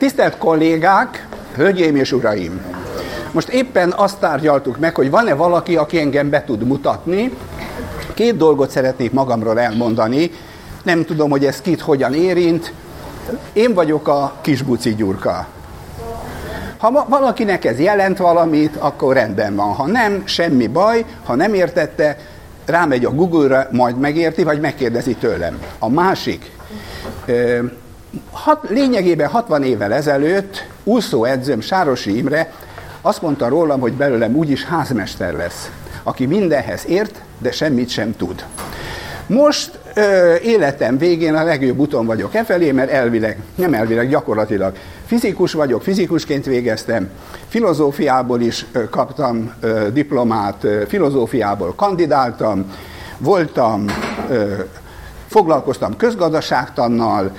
Tisztelt kollégák, hölgyeim és uraim! Most éppen azt tárgyaltuk meg, hogy van-e valaki, aki engem be tud mutatni. Két dolgot szeretnék magamról elmondani. Nem tudom, hogy ez kit hogyan érint. Én vagyok a Kisbuci Gyurka. Ha valakinek ez jelent valamit, akkor rendben van. Ha nem, semmi baj. Ha nem értette, rámegy a Google-ra, majd megérti, vagy megkérdezi tőlem. A másik... lényegében 60 évvel ezelőtt úszóedzőm Sárosi Imre azt mondta rólam, hogy belőlem úgyis házmester lesz, aki mindenhez ért, de semmit sem tud. Most életem végén a legjobb úton vagyok efelé, mert gyakorlatilag fizikus vagyok, fizikusként végeztem, filozófiából is kaptam diplomát, filozófiából kandidáltam, foglalkoztam közgazdaságtannal,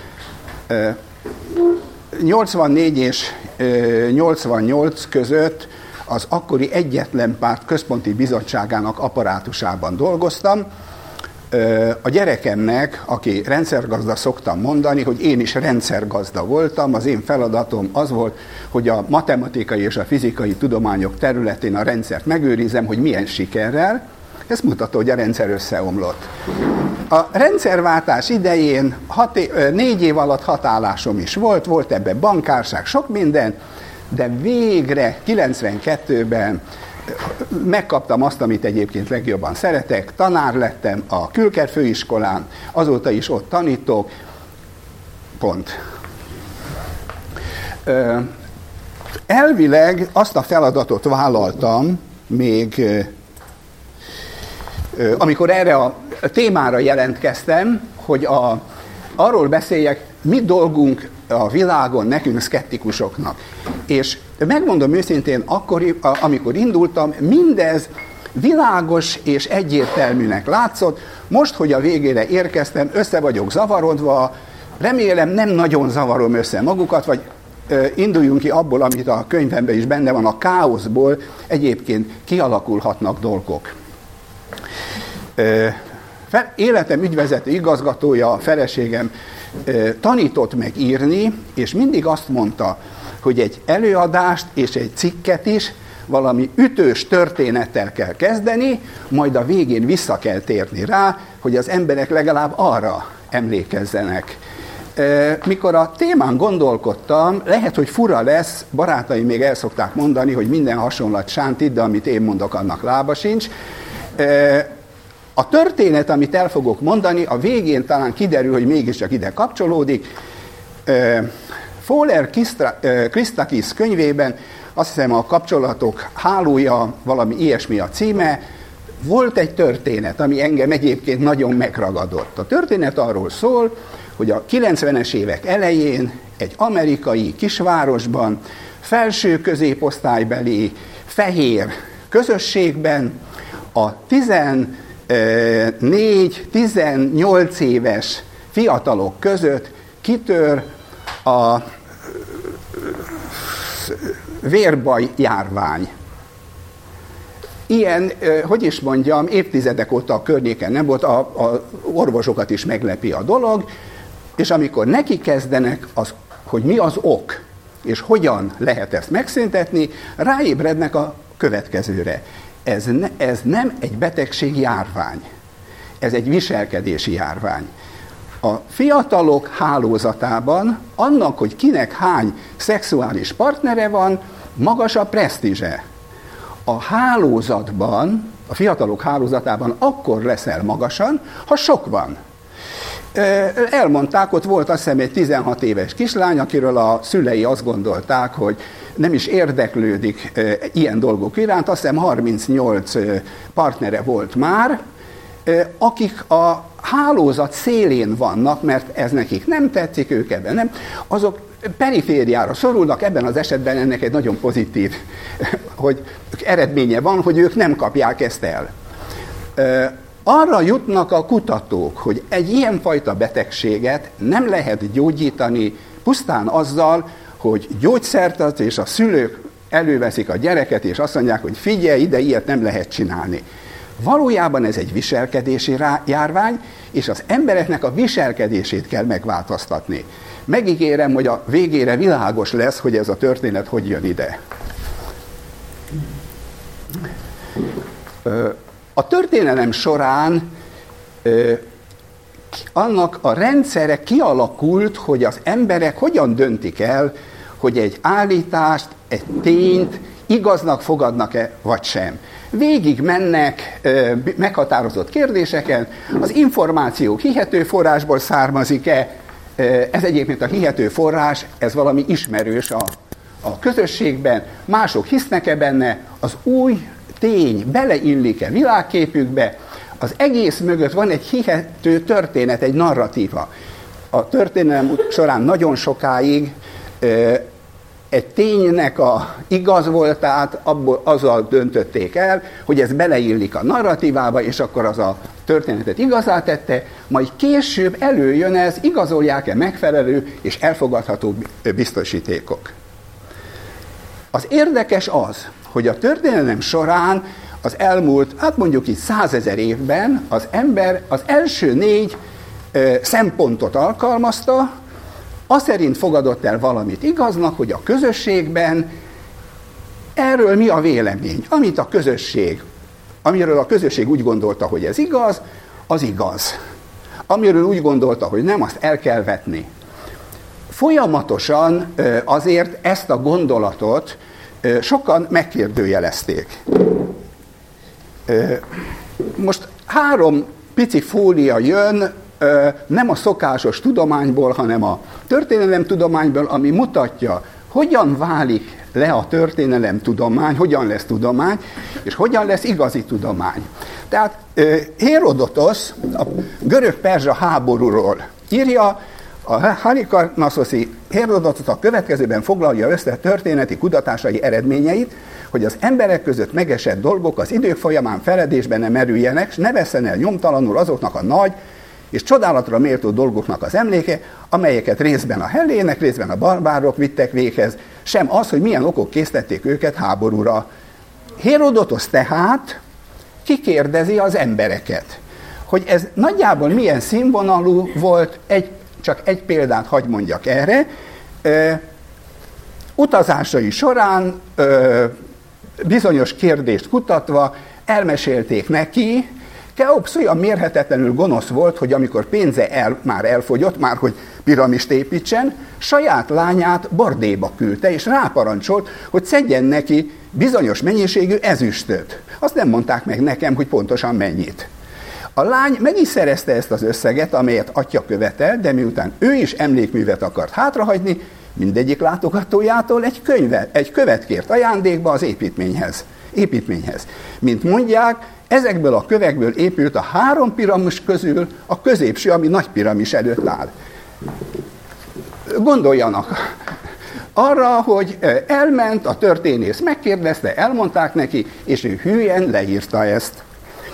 84 és 88 között az akkori Egyetlen Párt központi bizottságának apparátusában dolgoztam. A gyerekemnek, aki rendszergazda, szoktam mondani, hogy én is rendszergazda voltam, az én feladatom az volt, hogy a matematikai és a fizikai tudományok területén a rendszert megőrizem, hogy milyen sikerrel. Ez mutató, hogy a rendszer összeomlott. A rendszerváltás idején 4 év alatt 6 állásom is volt ebben bankárság, sok minden, de végre 92-ben megkaptam azt, amit egyébként legjobban szeretek, tanár lettem a Külker főiskolán, azóta is ott tanítok, pont. Elvileg azt a feladatot vállaltam, még amikor erre a témára jelentkeztem, hogy arról beszéljek, mi dolgunk a világon nekünk szkeptikusoknak. És megmondom őszintén, amikor indultam, mindez világos és egyértelműnek látszott. Most, hogy a végére érkeztem, össze vagyok zavarodva, remélem nem nagyon zavarom össze magukat, vagy induljunk ki abból, amit a könyvemben is benne van, a káoszból egyébként kialakulhatnak dolgok. Életem ügyvezető igazgatója, a feleségem tanított meg írni, és mindig azt mondta, hogy egy előadást és egy cikket is valami ütős történettel kell kezdeni, majd a végén vissza kell térni rá, hogy az emberek legalább arra emlékezzenek. Mikor a témán gondolkodtam, lehet, hogy fura lesz, barátaim még el szokták mondani, hogy minden hasonlat sántít, de amit én mondok, annak lába sincs. A történet, amit el fogok mondani, a végén talán kiderül, hogy mégiscsak ide kapcsolódik. Fowler Christakis könyvében, azt hiszem a kapcsolatok hálója, valami ilyesmi a címe, volt egy történet, ami engem egyébként nagyon megragadott. A történet arról szól, hogy a 90-es évek elején egy amerikai kisvárosban, felső középosztálybeli fehér közösségben a 14-18 éves fiatalok között kitör a vérbaj járvány. Ilyen, hogy is mondjam, évtizedek óta a környéken nem volt, a orvosokat is meglepi a dolog, és amikor neki kezdenek, hogy mi az ok, és hogyan lehet ezt megszüntetni, ráébrednek a következőre. Ez nem egy betegség járvány, ez egy viselkedési járvány. A fiatalok hálózatában annak, hogy kinek hány szexuális partnere van, magas a presztízse. A hálózatban, a fiatalok hálózatában akkor leszel magasan, ha sok van. Elmondták, ott volt azt hiszem egy 16 éves kislány, akiről a szülei azt gondolták, hogy nem is érdeklődik ilyen dolgok iránt, azt hiszem 38 partnere volt már, akik a hálózat szélén vannak, mert ez nekik nem tetszik, ők ebben nem, azok perifériára szorulnak, ebben az esetben ennek egy nagyon pozitív eredménye van, hogy ők nem kapják ezt el. Arra jutnak a kutatók, hogy egy ilyenfajta betegséget nem lehet gyógyítani pusztán azzal, hogy gyógyszert ad, és a szülők előveszik a gyereket, és azt mondják, hogy figyelj ide, ilyet nem lehet csinálni. Valójában ez egy viselkedési járvány, és az embereknek a viselkedését kell megváltoztatni. Megígérem, hogy a végére világos lesz, hogy ez a történet hogy jön ide. A történelem során annak a rendszere kialakult, hogy az emberek hogyan döntik el, hogy egy állítást, egy tényt igaznak fogadnak-e, vagy sem. Végig mennek meghatározott kérdéseken, az információ hihető forrásból származik-e, ez egyébként a hihető forrás, ez valami ismerős a közösségben, mások hisznek-e benne, az új tény beleillik-e világképükbe, az egész mögött van egy hihető történet, egy narratíva. A történelem során nagyon sokáig egy ténynek a igaz voltát azzal döntötték el, hogy ez beleillik a narratívába, és akkor az a történetet igazá tette, majd később előjön ez, igazolják-e megfelelő és elfogadható biztosítékok. Az érdekes az, hogy a történelem során az elmúlt, hát mondjuk így 100 000 évben az ember az első 4 szempontot alkalmazta, az szerint fogadott el valamit igaznak, hogy a közösségben erről mi a vélemény, amit a közösség, amiről a közösség úgy gondolta, hogy ez igaz, az igaz. Amiről úgy gondolta, hogy nem, azt el kell vetni. Folyamatosan azért ezt a gondolatot sokan megkérdőjelezték. Most 3 pici fólia jön, nem a szokásos tudományból, hanem a történelemtudományból, ami mutatja, hogyan válik le a történelemtudomány, hogyan lesz tudomány, és hogyan lesz igazi tudomány. Tehát Hérodotosz a görög-perzsa háborúról írja, a Halikarnasszoszi Hérodotosz a következőben foglalja össze történeti kutatásai eredményeit, hogy az emberek között megesett dolgok az idők folyamán feledésben nem merüljenek, s ne vesszen el nyomtalanul azoknak a nagy és csodálatra méltó dolgoknak az emléke, amelyeket részben a hellének, részben a barbárok vittek véghez, sem az, hogy milyen okok késztették őket háborúra. Hérodotosz tehát kikérdezi az embereket, hogy ez nagyjából milyen színvonalú volt, csak egy példát hagy mondjak erre. Utazásai során bizonyos kérdést kutatva elmesélték neki, Keops olyan mérhetetlenül gonosz volt, hogy amikor pénze már elfogyott, már hogy piramist építsen, saját lányát bordéba küldte, és ráparancsolt, hogy szedjen neki bizonyos mennyiségű ezüstöt. Azt nem mondták meg nekem, hogy pontosan mennyit. A lány meg is szerezte ezt az összeget, amelyet atya követel, de miután ő is emlékművet akart hátrahagyni, mindegyik látogatójától egy követ kért ajándékba az építményhez. Mint mondják, ezekből a kövekből épült a 3 piramis közül a középső, ami nagy piramis előtt áll. Gondoljanak arra, hogy elment, a történész megkérdezte, elmondták neki, és ő hülyen leírta ezt.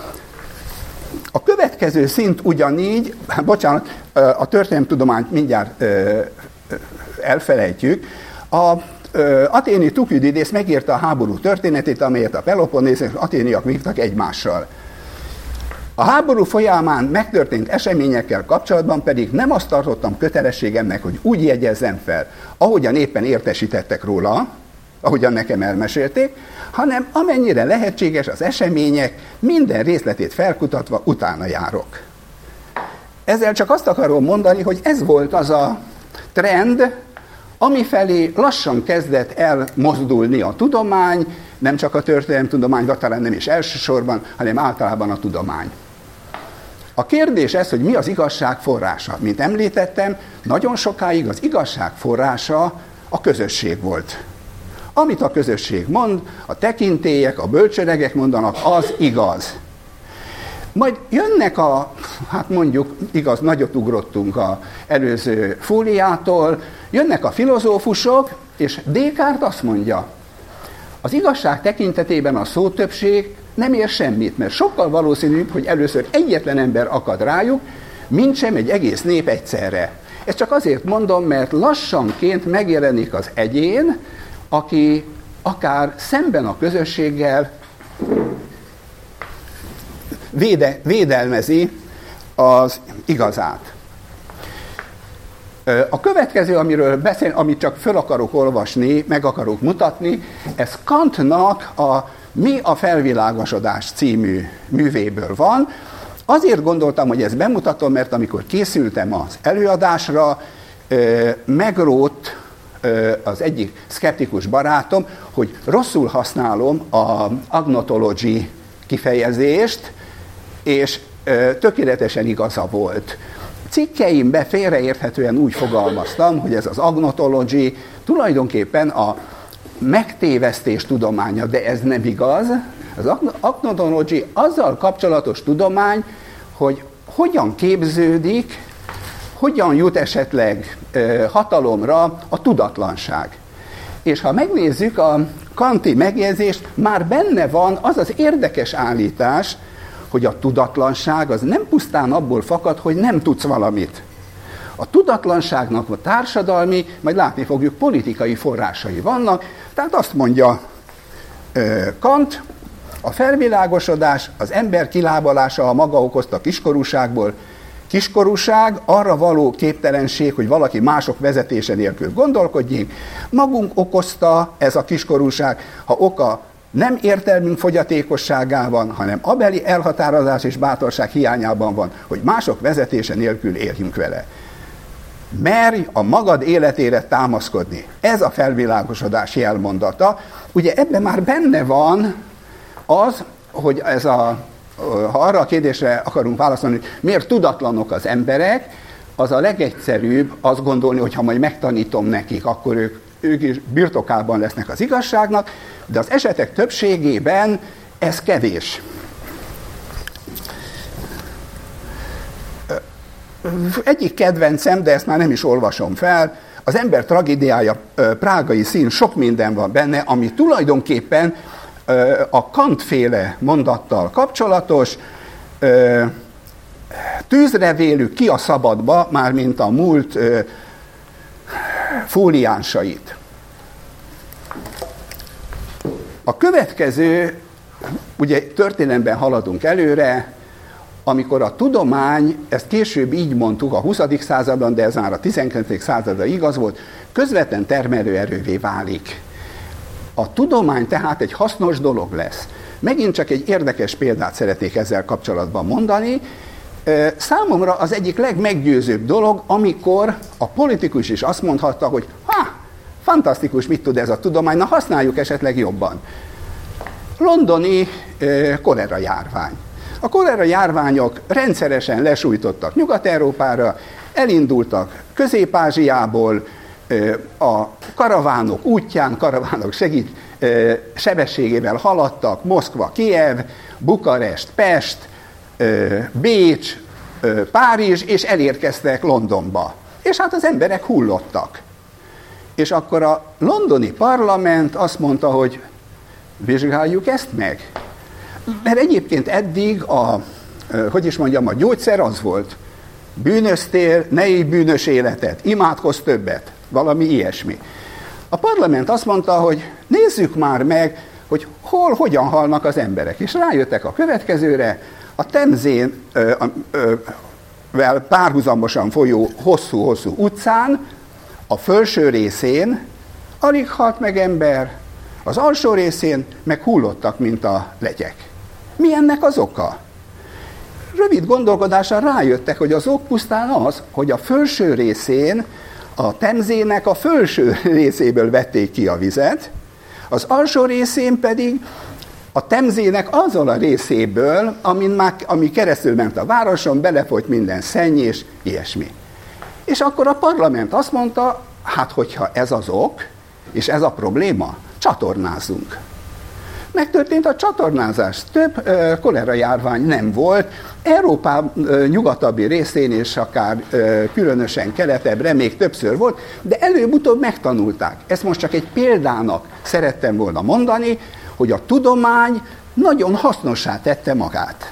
A következő szint ugyanígy, a történelemtudományt mindjárt elfelejtjük, a athéni Thukydides megírta a háború történetét, amelyet a Peloponnész és athéniak vívtak egymással. A háború folyamán megtörtént eseményekkel kapcsolatban pedig nem azt tartottam kötelességemnek, hogy úgy jegyezzem fel, ahogyan éppen értesítettek róla, ahogyan nekem elmesélték, hanem amennyire lehetséges az események minden részletét felkutatva utána járok. Ezzel csak azt akarom mondani, hogy ez volt az a trend, amifelé lassan kezdett elmozdulni a tudomány, nem csak a történelemtudomány, de talán nem is elsősorban, hanem általában a tudomány. A kérdés ez, hogy mi az igazság forrása. Mint említettem, nagyon sokáig az igazság forrása a közösség volt. Amit a közösség mond, a tekintélyek, a bölcsöregek mondanak, az igaz. Majd jönnek igaz, nagyot ugrottunk az előző fóliától, jönnek a filozófusok, és Descartes azt mondja, az igazság tekintetében a szótöbbség nem ér semmit, mert sokkal valószínűbb, hogy először egyetlen ember akad rájuk, mint sem egy egész nép egyszerre. Ezt csak azért mondom, mert lassanként megjelenik az egyén, aki akár szemben a közösséggel védelmezi az igazát. A következő, amiről beszél, amit csak föl akarok olvasni, meg akarok mutatni, ez Kantnak a Mi a felvilágosodás című művéből van. Azért gondoltam, hogy ezt bemutatom, mert amikor készültem az előadásra, megrótt az egyik szkeptikus barátom, hogy rosszul használom az agnotology kifejezést, és tökéletesen igaza volt. Cikkeimben félreérthetően úgy fogalmaztam, hogy ez az agnotology tulajdonképpen a megtévesztés tudománya, de ez nem igaz. Az agnotology azzal kapcsolatos tudomány, hogy hogyan képződik, hogyan jut esetleg hatalomra a tudatlanság. És ha megnézzük a kanti megjegyzést, már benne van az az érdekes állítás, hogy a tudatlanság az nem pusztán abból fakad, hogy nem tudsz valamit. A tudatlanságnak a társadalmi, majd látni fogjuk, politikai forrásai vannak. Tehát azt mondja Kant, a felvilágosodás, az ember kilábalása a maga okozta kiskorúságból. Kiskorúság, arra való képtelenség, hogy valaki mások vezetése nélkül gondolkodjék. Magunk okozta ez a kiskorúság, ha oka nem értelmünk fogyatékosságában, hanem abeli elhatározás és bátorság hiányában van, hogy mások vezetése nélkül éljünk vele. Merj a magad életére támaszkodni. Ez a felvilágosodás jelmondata. Ugye ebben már benne van az, hogy ez ha arra a kérdésre akarunk válaszolni, hogy miért tudatlanok az emberek, az a legegyszerűbb azt gondolni, hogy ha majd megtanítom nekik, akkor ők is birtokában lesznek az igazságnak, de az esetek többségében ez kevés. Egyik kedvencem, de ezt már nem is olvasom fel, az ember tragédiája, prágai szín, sok minden van benne, ami tulajdonképpen a Kant-féle mondattal kapcsolatos, tűzre vélük ki a szabadba, mármint a múlt fóliánsait. A következő, ugye történelemben haladunk előre, amikor a tudomány, ezt később így mondtuk a 20. században, de ez már a 19. században igaz volt, közvetlen termelőerővé válik. A tudomány tehát egy hasznos dolog lesz. Megint csak egy érdekes példát szeretnék ezzel kapcsolatban mondani. Számomra az egyik legmeggyőzőbb dolog, amikor a politikus is azt mondhatta, hogy fantasztikus, mit tud ez a tudomány, na használjuk esetleg jobban. Londoni kolera járvány. A kolera járványok rendszeresen lesújtottak Nyugat-Európára, elindultak Közép-Ázsiából, a karavánok útján, karavánok sebességével haladtak Moszkva, Kijev, Bukarest, Pest, Bécs, Párizs, és elérkeztek Londonba. És hát az emberek hullottak. És akkor a londoni parlament azt mondta, hogy vizsgáljuk ezt meg. Mert egyébként eddig a gyógyszer az volt, bűnöztél, ne élj bűnös életet, imádkozz többet, valami ilyesmi. A parlament azt mondta, hogy nézzük már meg, hogy hogyan halnak az emberek. És rájöttek a következőre, a Temzén párhuzamosan folyó hosszú-hosszú utcán, a felső részén alig halt meg ember, az alsó részén meg hullottak, mint a legyek. Mi ennek az oka? Rövid gondolkodással rájöttek, hogy az ok pusztán az, hogy a felső részén, a Temzének a felső részéből vették ki a vizet, az alsó részén pedig a Temzének azon a részéből, ami keresztül ment a városon, belefolyt minden szenny és ilyesmi. És akkor a parlament azt mondta, hát hogyha ez az ok, és ez a probléma, csatornázzunk. Megtörtént a csatornázás. Több kolera járvány nem volt. Európa nyugatabbi részén és akár különösen keletebbre még többször volt, de előbb-utóbb megtanulták. Ezt most csak egy példának szerettem volna mondani, hogy a tudomány nagyon hasznossá tette magát.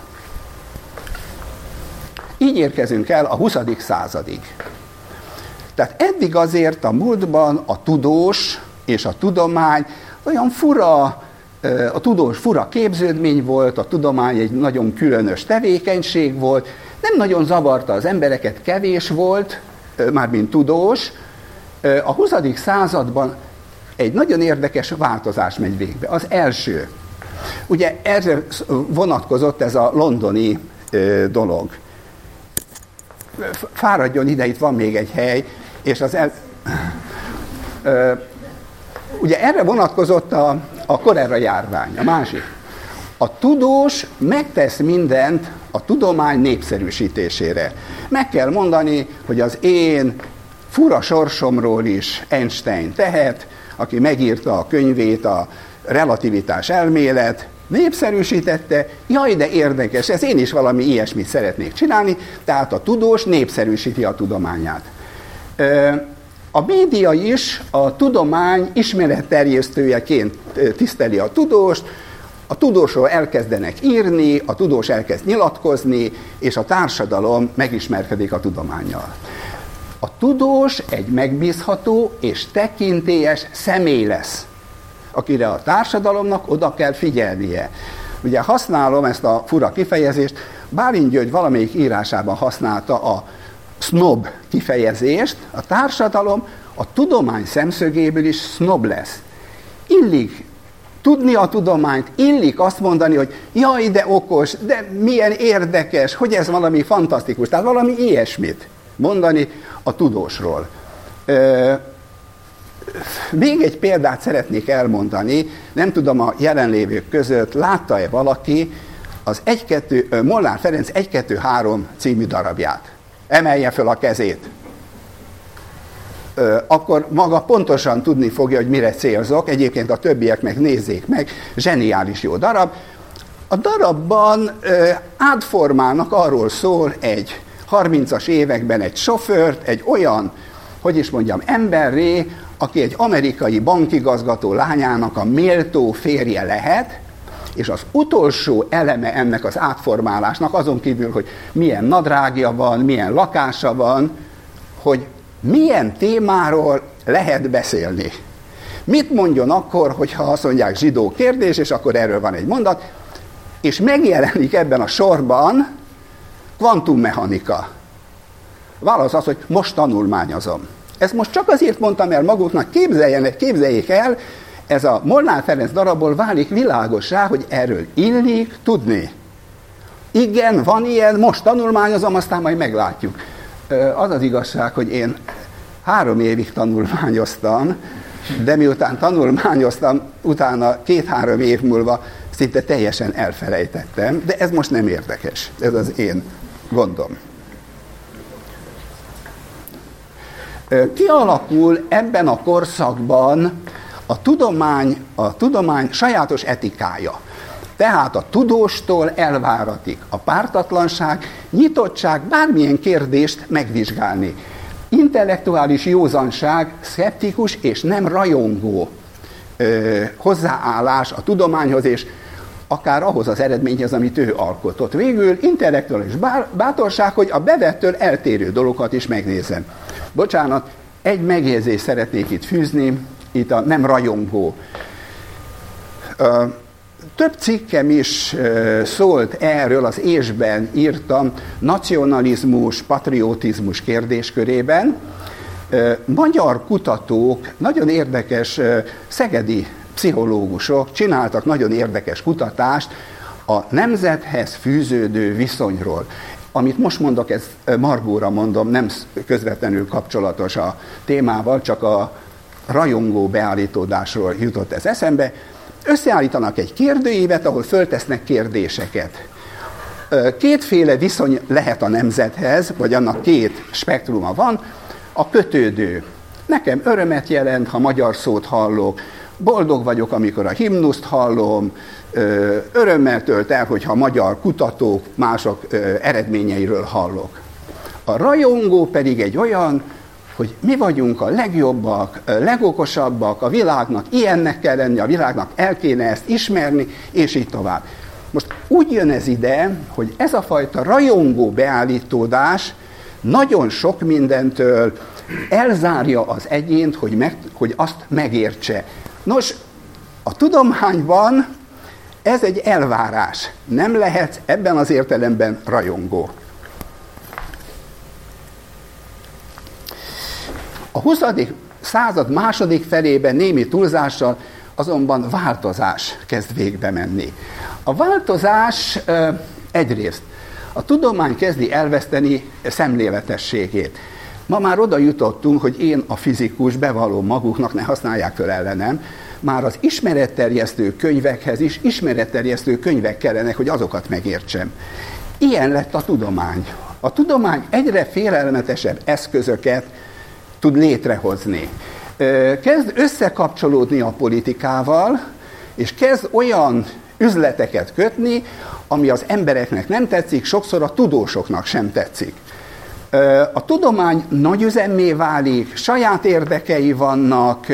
Így érkezünk el a 20. századig. Tehát eddig azért a múltban a tudós és a tudomány olyan fura, a tudós fura képződmény volt, a tudomány egy nagyon különös tevékenység volt, nem nagyon zavarta az embereket, kevés volt, mármint tudós, a 20. században egy nagyon érdekes változás megy végbe. Az első. Ugye erre vonatkozott ez a londoni dolog. Fáradjon ide, itt van még egy hely, és ugye erre vonatkozott a kolera járvány, a másik. A tudós megtesz mindent a tudomány népszerűsítésére. Meg kell mondani, hogy az én fura sorsomról is Einstein tehet, aki megírta a könyvét, a relativitás elmélet, népszerűsítette, jaj, de érdekes, ez én is valami ilyesmit szeretnék csinálni, tehát a tudós népszerűsíti a tudományát. A média is a tudomány ismeretterjesztőjeként tiszteli a tudóst, a tudósról elkezdenek írni, a tudós elkezd nyilatkozni, és a társadalom megismerkedik a tudománnyal. A tudós egy megbízható és tekintélyes személy lesz, akire a társadalomnak oda kell figyelnie. Ugye használom ezt a fura kifejezést, Bálint György valamelyik írásában használta a sznob kifejezést, a társadalom a tudomány szemszögéből is sznob lesz. Illik tudni a tudományt, illik azt mondani, hogy jaj, de okos, de milyen érdekes, hogy ez valami fantasztikus, tehát valami ilyesmit mondani a tudósról. Még egy példát szeretnék elmondani, nem tudom, a jelenlévők között látta-e valaki az Molnár Ferenc 1-2-3 című darabját. Emelje föl a kezét. Akkor maga pontosan tudni fogja, hogy mire célzok, egyébként a többiek meg nézzék meg, zseniális jó darab. A darabban átformálnak, arról szól egy 30-as években egy sofőrt, egy olyan, hogy is mondjam, emberré, aki egy amerikai bankigazgató lányának a méltó férje lehet, és az utolsó eleme ennek az átformálásnak, azon kívül, hogy milyen nadrágja van, milyen lakása van, hogy milyen témáról lehet beszélni. Mit mondjon akkor, hogyha azt mondják zsidó kérdés, és akkor erről van egy mondat, és megjelenik ebben a sorban kvantummechanika. Válasz az, hogy most tanulmányozom. Ezt most csak azért mondtam el maguknak, képzeljék el, ez a Molnár Ferenc darabból válik világossá, hogy erről illik tudni. Igen, van ilyen, most tanulmányozom, aztán majd meglátjuk. Az az igazság, hogy én 3 évig tanulmányoztam, de miután tanulmányoztam, utána 2-3 év múlva szinte teljesen elfelejtettem, de ez most nem érdekes, ez az én gondom. Kialakul ebben a korszakban a tudomány sajátos etikája. Tehát a tudóstól elváratik a pártatlanság, nyitottság, bármilyen kérdést megvizsgálni. Intellektuális józanság, szkeptikus és nem rajongó hozzáállás a tudományhoz, és akár ahhoz az eredményhez, amit ő alkotott. Végül intellektuális bátorság, hogy a bevettől eltérő dolgokat is megnézem. Bocsánat, egy megjegyzést szeretnék itt fűzni, itt a nem rajongó. Több cikkem is szólt erről, az ésben írtam, nacionalizmus, patriotizmus kérdéskörében. Magyar kutatók, nagyon érdekes szegedi pszichológusok csináltak nagyon érdekes kutatást a nemzethez fűződő viszonyról. Amit most mondok, ez Margóra mondom, nem közvetlenül kapcsolatos a témával, csak a rajongó beállítódásról jutott ez eszembe. Összeállítanak egy kérdőívet, ahol föltesznek kérdéseket. Kétféle viszony lehet a nemzethez, vagy annak 2 spektruma van. A kötődő. Nekem örömet jelent, ha magyar szót hallok, boldog vagyok, amikor a himnuszt hallom, örömmel tölt el, hogyha magyar kutatók mások eredményeiről hallok. A rajongó pedig egy olyan, hogy mi vagyunk a legjobbak, legokosabbak, a világnak ilyennek kell lenni, a világnak el kéne ezt ismerni, és így tovább. Most úgy jön ez ide, hogy ez a fajta rajongó beállítódás nagyon sok mindentől elzárja az egyént, hogy azt megértse. Nos, a tudományban ez egy elvárás. Nem lehet ebben az értelemben rajongó. A 20. század második felében némi túlzással azonban változás kezd végbe menni. A változás egyrészt a tudomány kezdi elveszteni szemléletességét. Ma már oda jutottunk, hogy én a fizikus, bevallom maguknak, ne használják föl ellenem, már az ismeretterjesztő könyvekhez is ismeretterjesztő könyvek kellenek, hogy azokat megértsem. Ilyen lett a tudomány. A tudomány egyre félelmetesebb eszközöket tud létrehozni. Kezd összekapcsolódni a politikával, és kezd olyan üzleteket kötni, ami az embereknek nem tetszik, sokszor a tudósoknak sem tetszik. A tudomány nagyüzemmé válik, saját érdekei vannak,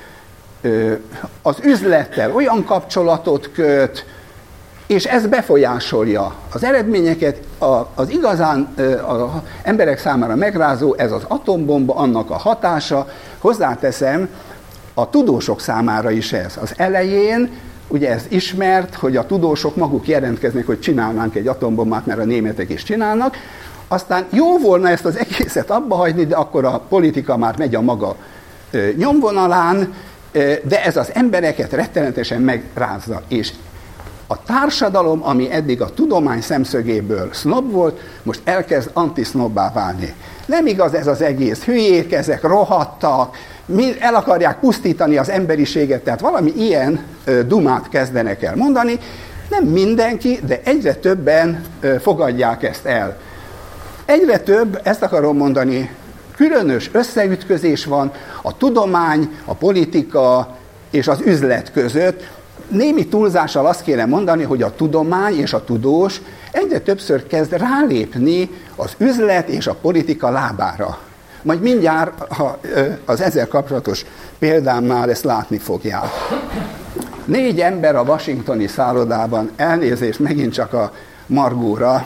az üzlettel olyan kapcsolatot köt, és ez befolyásolja az eredményeket. Az igazán az emberek számára megrázó, ez az atombomba, annak a hatása. Hozzáteszem, a tudósok számára is ez. Az elején, ugye ez ismert, hogy a tudósok maguk jelentkeznek, hogy csinálnánk egy atombombát, mert a németek is csinálnak. Aztán jó volna ezt az egészet abba hagyni, de akkor a politika már megy a maga nyomvonalán, de ez az embereket rettenetesen megrázza. És a társadalom, ami eddig a tudomány szemszögéből sznob volt, most elkezd antisznobbá válni. Nem igaz ez az egész, hülyék ezek, rohadtak, el akarják pusztítani az emberiséget, tehát valami ilyen dumát kezdenek el mondani. Nem mindenki, de egyre többen fogadják ezt el. Egyre több, ezt akarom mondani, különös összeütközés van a tudomány, a politika és az üzlet között. Némi túlzással azt kéne mondani, hogy a tudomány és a tudós egyre többször kezd rálépni az üzlet és a politika lábára. Majd mindjárt az ezzel kapcsolatos példámnál ezt látni fogják. 4 ember a washingtoni szállodában, elnézést megint csak a Margóra.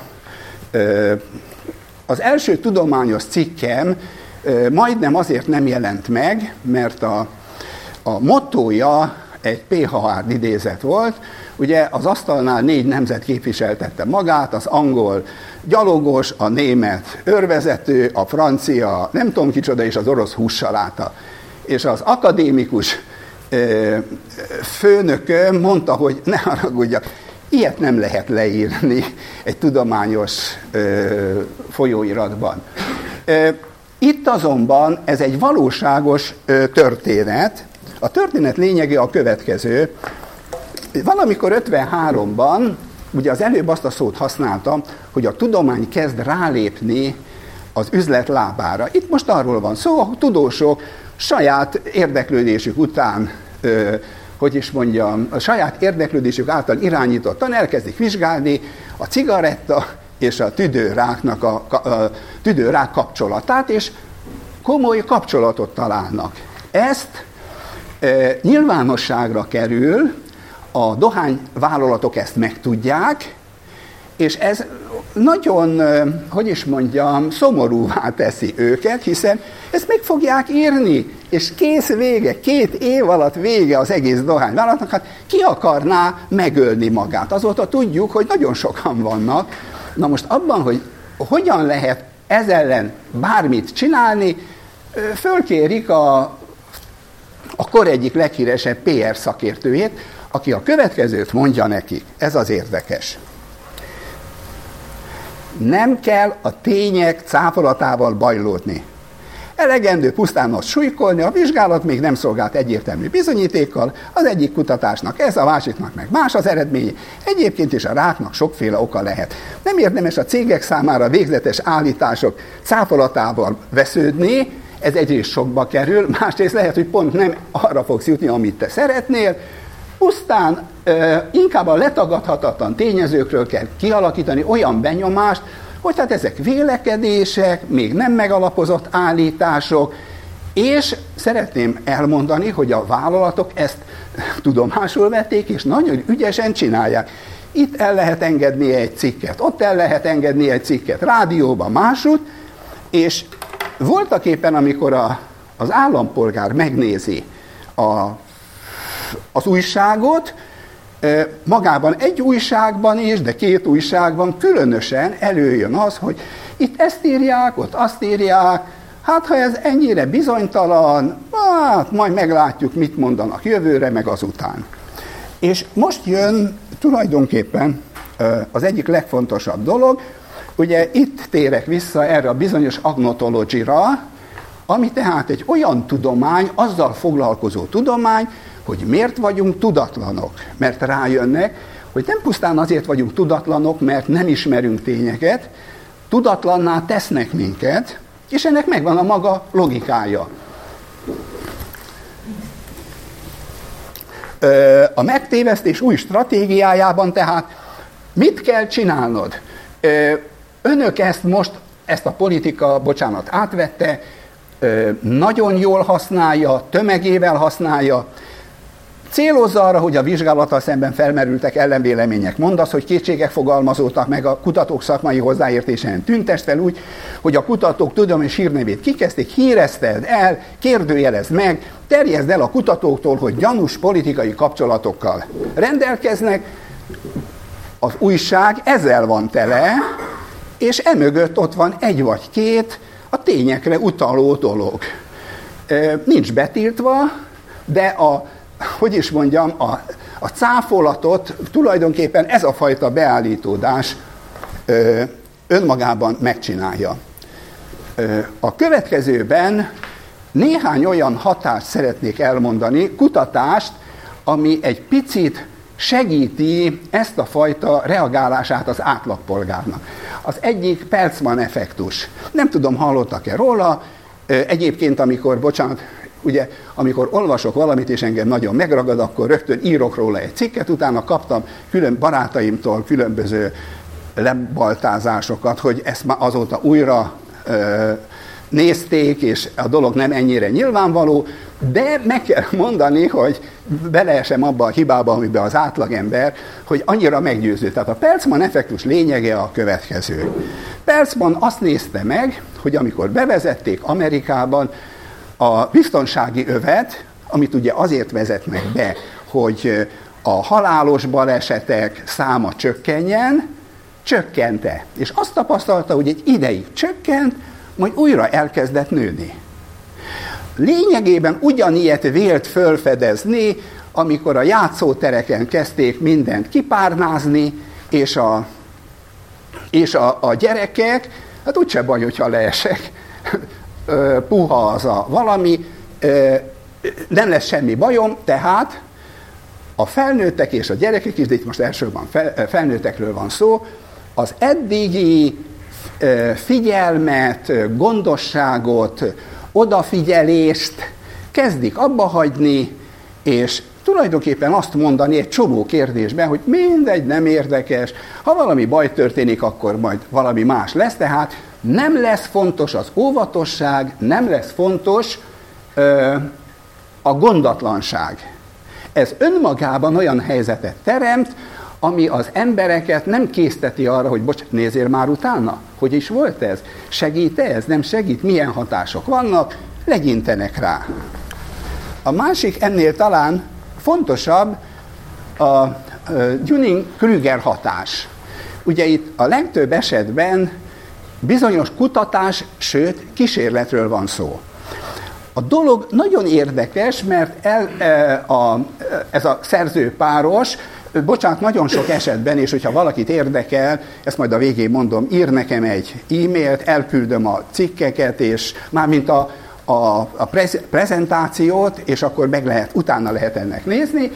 Az első tudományos cikkem majdnem azért nem jelent meg, mert a mottója egy PHR idézet volt. Ugye az asztalnál 4 nemzet képviseltette magát, az angol gyalogos, a német őrvezető, a francia nem tudom kicsoda, és az orosz hússaláta. És az akadémikus főnököm mondta, hogy ne haragudjak, ilyet nem lehet leírni egy tudományos folyóiratban. Itt azonban ez egy valóságos történet. A történet lényege a következő. Valamikor 53-ban, ugye az előbb azt a szót használtam, hogy a tudomány kezd rálépni az üzlet lábára. Itt most arról van szó, a tudósok saját érdeklődésük után, a saját érdeklődésük által irányítottan elkezdik vizsgálni a cigaretta és a tüdőrák kapcsolatát, és komoly kapcsolatot találnak. Ezt nyilvánosságra kerül, a dohányvállalatok ezt megtudják, és ez nagyon, szomorúvá teszi őket, hiszen ezt meg fogják írni, és kész vége, 2 év alatt vége az egész dohányvállalatnak, hát ki akarná megölni magát? Azóta tudjuk, hogy nagyon sokan vannak. Na most abban, hogy hogyan lehet ez ellen bármit csinálni, fölkérik a kor egyik leghíresebb PR szakértőjét, aki a következőt mondja nekik. Ez az érdekes. Nem kell a tények cáfolatával bajlódni. Elegendő pusztán azt súlykolni, a vizsgálat még nem szolgált egyértelmű bizonyítékkal, az egyik kutatásnak ez, a másiknak meg más az eredménye. Egyébként is a ráknak sokféle oka lehet. Nem érdemes a cégek számára végzetes állítások cáfolatával vesződni, ez egyrészt sokba kerül, másrészt lehet, hogy pont nem arra fogsz jutni, amit te szeretnél, pusztán inkább a letagadhatatlan tényezőkről kell kialakítani olyan benyomást, hogy hát ezek vélekedések, még nem megalapozott állítások, és szeretném elmondani, hogy a vállalatok ezt tudomásul vették, és nagyon ügyesen csinálják. Itt el lehet engedni egy cikket, ott el lehet engedni egy cikket, rádióban másút, és voltak éppen, amikor az állampolgár megnézi az újságot, magában egy újságban is, de 2 újságban különösen előjön az, hogy itt ezt írják, ott azt írják, Hát, ha ez ennyire bizonytalan, hát majd meglátjuk, mit mondanak jövőre, meg azután. És most jön tulajdonképpen az egyik legfontosabb dolog, ugye itt térek vissza erre a bizonyos agnotologyra, ami tehát egy olyan tudomány, azzal foglalkozó tudomány, hogy miért vagyunk tudatlanok. Mert rájönnek, hogy nem pusztán azért vagyunk tudatlanok, mert nem ismerünk tényeket, tudatlanná tesznek minket, és ennek megvan a maga logikája. A megtévesztés új stratégiájában tehát mit kell csinálnod? Önök ezt a politika, átvette, nagyon jól használja, tömegével használja, célozza arra, hogy a vizsgálattal szemben felmerültek ellenvélemények. Mondasz, hogy kétségek fogalmazódtak meg, a kutatók szakmai hozzáértésen tüntest fel úgy, hogy a kutatók tudományos hírnevét kikezdték, hírezted el, kérdőjelezd meg, terjeszd el a kutatóktól, hogy gyanús politikai kapcsolatokkal rendelkeznek. Az újság ezzel van tele, és emögött ott van egy vagy két a tényekre utaló dolog. Nincs betiltva, de a cáfolatot tulajdonképpen ez a fajta beállítódás önmagában megcsinálja. A következőben néhány olyan hatást szeretnék elmondani, kutatást, ami egy picit segíti ezt a fajta reagálását az átlagpolgárnak. Az egyik Peltzman effektus. Nem tudom, hallottak-e róla, egyébként amikor olvasok valamit, és engem nagyon megragad, akkor rögtön írok róla egy cikket, utána kaptam barátaimtól különböző lebaltázásokat, hogy ezt már azóta újra nézték, és a dolog nem ennyire nyilvánvaló, de meg kell mondani, hogy beleesem abba a hibába, amiben az átlagember, hogy annyira meggyőző. Tehát a Peltzman effektus lényege a következő. Peltzman azt nézte meg, hogy amikor bevezették Amerikában a biztonsági övet, amit ugye azért vezetnek be, hogy a halálos balesetek száma csökkenjen, csökkente. És azt tapasztalta, hogy egy ideig csökkent, majd újra elkezdett nőni. Lényegében ugyanilyet vélt fölfedezni, amikor a játszótereken kezdték mindent kipárnázni, és a gyerekek, hát úgyse baj, hogyha leesek, puha az a valami, nem lesz semmi bajom, tehát a felnőttek és a gyerekek is, de itt most elsősorban felnőttekről van szó, az eddigi figyelmet, gondosságot, odafigyelést kezdik abba hagyni, és tulajdonképpen azt mondani egy csomó kérdésben, hogy mindegy, nem érdekes, ha valami baj történik, akkor majd valami más lesz, tehát nem lesz fontos az óvatosság, nem lesz fontos a gondatlanság. Ez önmagában olyan helyzetet teremt, ami az embereket nem készteti arra, hogy nézzél már utána, hogy is volt ez, segít ez, nem segít, milyen hatások vannak, legyintenek rá. A másik ennél talán fontosabb a Dunning-Kruger hatás. Ugye itt a legtöbb esetben bizonyos kutatás, sőt kísérletről van szó. A dolog nagyon érdekes, mert ez a szerzőpáros, nagyon sok esetben, és hogyha valakit érdekel, ezt majd a végén mondom, ír nekem egy e-mailt, elküldöm a cikkeket, és mármint a prezentációt, és akkor utána lehet ennek nézni.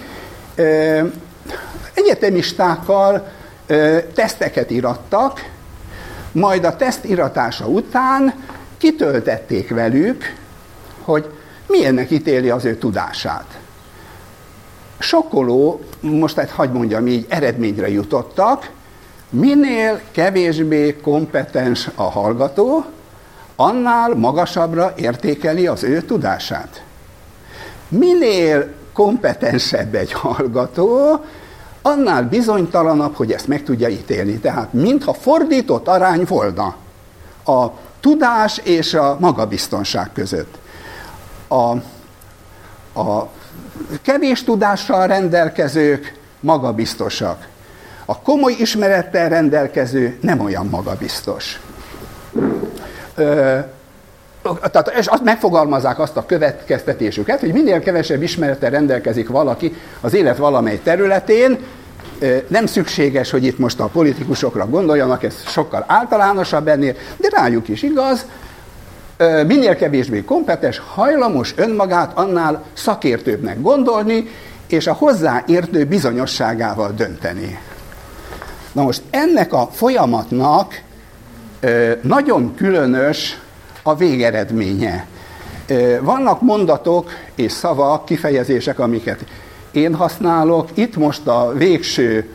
Egyetemistákkal teszteket irattak, majd a teszt iratása után kitöltették velük, hogy milyennek ítéli az ő tudását. Sokkoló, most hagyd mondjam így, eredményre jutottak, minél kevésbé kompetens a hallgató, annál magasabbra értékeli az ő tudását. Minél kompetensebb egy hallgató, annál bizonytalanabb, hogy ezt meg tudja ítélni. Tehát mintha fordított arány volna a tudás és a magabiztonság között. A kevés tudással rendelkezők magabiztosak. A komoly ismerettel rendelkező nem olyan magabiztos. és azt megfogalmazzák azt a következtetésüket, hogy minél kevesebb ismerettel rendelkezik valaki az élet valamely területén, nem szükséges, hogy itt most a politikusokra gondoljanak, ez sokkal általánosabb ennél, de rájuk is igaz, minél kevésbé kompetens, hajlamos önmagát annál szakértőbbnek gondolni, és a hozzáértő bizonyosságával dönteni. Na most ennek a folyamatnak nagyon különös a végeredménye. Vannak mondatok és szavak, kifejezések, amiket én használok. Itt most a végső,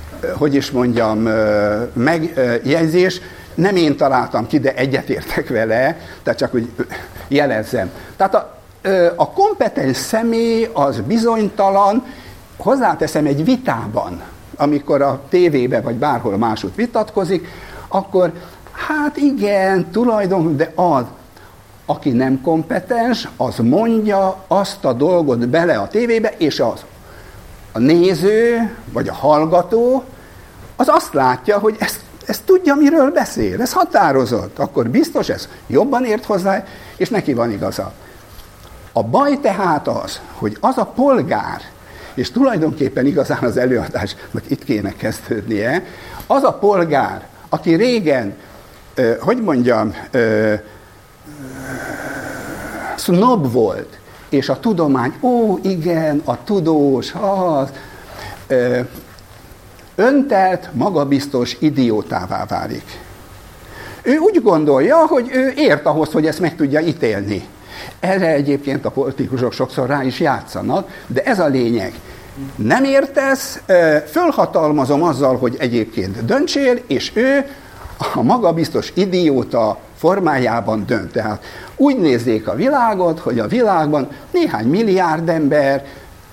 megjegyzés, nem én találtam ki, de egyetértek vele, tehát csak úgy jelezzem. Tehát a kompetens személy az bizonytalan, hozzáteszem egy vitában, amikor a tévébe vagy bárhol máshogy vitatkozik, akkor hát igen, tulajdonképpen, de az, aki nem kompetens, az mondja azt a dolgot bele a tévébe, és a néző, vagy a hallgató, az azt látja, hogy ezt tudja, miről beszél, ez határozott, akkor biztos ez jobban ért hozzá, és neki van igaza. A baj tehát az, hogy az a polgár, és tulajdonképpen igazán az előadásnak itt kéne kezdődnie, az a polgár, aki régen, sznob volt, és a tudomány, igen, a tudós, az, öntelt, magabiztos idiótává válik. Ő úgy gondolja, hogy ő ért ahhoz, hogy ezt meg tudja ítélni. Erre egyébként a politikusok sokszor rá is játszanak, de ez a lényeg. Nem értesz, fölhatalmazom azzal, hogy egyébként döntsél, és ő a magabiztos idióta formájában dönt. Tehát úgy nézzék a világot, hogy a világban néhány milliárd ember,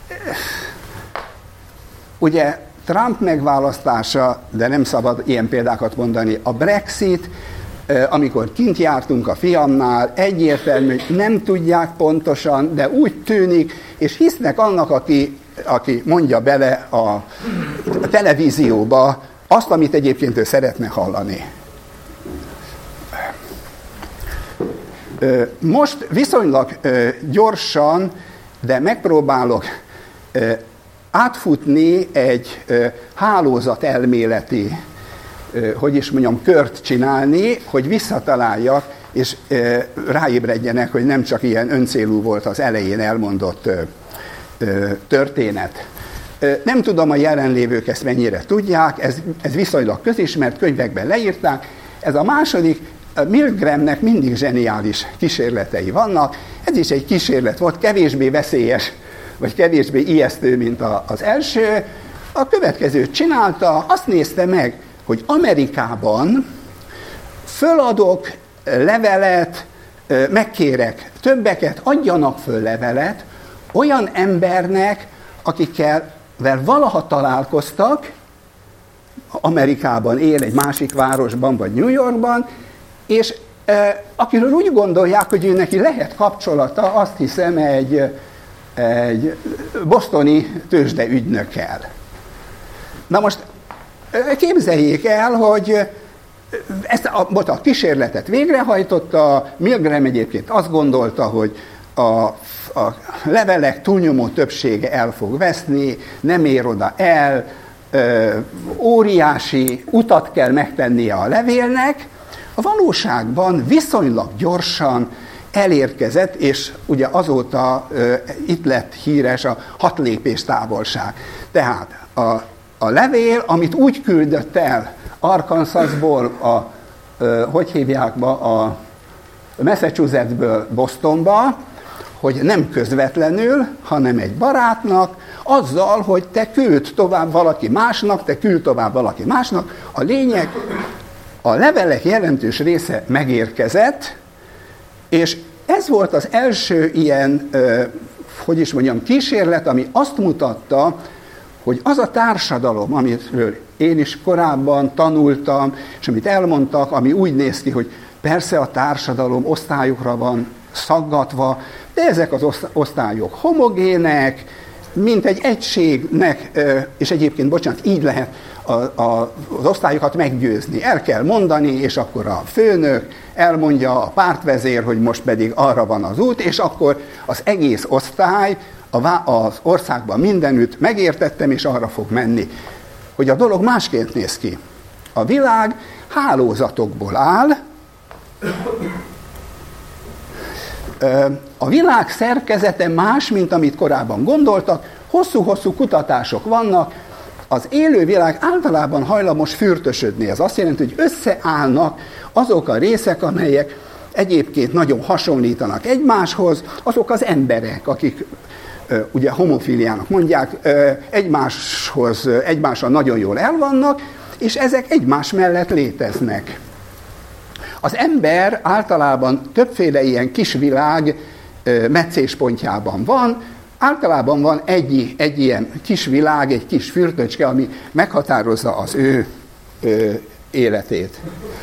ugye Trump megválasztása, de nem szabad ilyen példákat mondani, a Brexit, amikor kint jártunk a fiamnál, egyértelmű, hogy nem tudják pontosan, de úgy tűnik, és hisznek annak, aki mondja bele a televízióba azt, amit egyébként ő szeretne hallani. Most viszonylag gyorsan, de megpróbálok átfutni egy hálózatelméleti, kört csinálni, hogy visszataláljak, és ráébredjenek, hogy nem csak ilyen öncélú volt az elején elmondott történet. Nem tudom, a jelenlévők ezt mennyire tudják, ez viszonylag közismert, könyvekben leírták. Ez a második, Milgramnek mindig zseniális kísérletei vannak. Ez is egy kísérlet volt, kevésbé veszélyes, vagy kevésbé ijesztő, mint az első. A következőt csinálta, azt nézte meg, hogy Amerikában föladok levelet, megkérek többeket, adjanak föl levelet olyan embernek, akikkel valaha találkoztak, Amerikában él, egy másik városban, vagy New Yorkban, és akiről úgy gondolják, hogy ő neki lehet kapcsolata, azt hiszem, egy bostoni tőzsdeügynökkel. Na most képzeljék el, hogy ezt a kísérletet végrehajtotta, Milgram egyébként azt gondolta, hogy a levelek túlnyomó többsége el fog veszni, nem ér oda el, óriási utat kell megtennie a levélnek. A valóságban viszonylag gyorsan elérkezett, és ugye azóta itt lett híres a 6 lépés távolság. Tehát a levél, amit úgy küldött el Arkansasból, a Massachusettsből Bostonba, hogy nem közvetlenül, hanem egy barátnak, azzal, hogy te küld tovább valaki másnak, te küld tovább valaki másnak. A lényeg, a levelek jelentős része megérkezett, és ez volt az első ilyen, kísérlet, ami azt mutatta, hogy az a társadalom, amiről én is korábban tanultam, és amit elmondtak, ami úgy néz ki, hogy persze a társadalom osztályokra van szaggatva, de ezek az osztályok homogének, mint egy egységnek, és egyébként, bocsánat, így lehet az osztályokat meggyőzni. El kell mondani, és akkor a főnök elmondja, a pártvezér, hogy most pedig arra van az út, és akkor az egész osztály az országban mindenütt megértettem, és arra fog menni. Hogy a dolog másként néz ki. A világ hálózatokból áll, a világ szerkezete más, mint amit korábban gondoltak, hosszú-hosszú kutatások vannak, az élővilág általában hajlamos fürtösödni. Ez azt jelenti, hogy összeállnak azok a részek, amelyek egyébként nagyon hasonlítanak egymáshoz, azok az emberek, akik ugye homofiliának mondják, egymással nagyon jól elvannak, és ezek egymás mellett léteznek. Az ember általában többféle ilyen kisvilág meccéspontjában van, általában van egy ilyen kisvilág, egy kis fürtöcske, ami meghatározza az ő életét.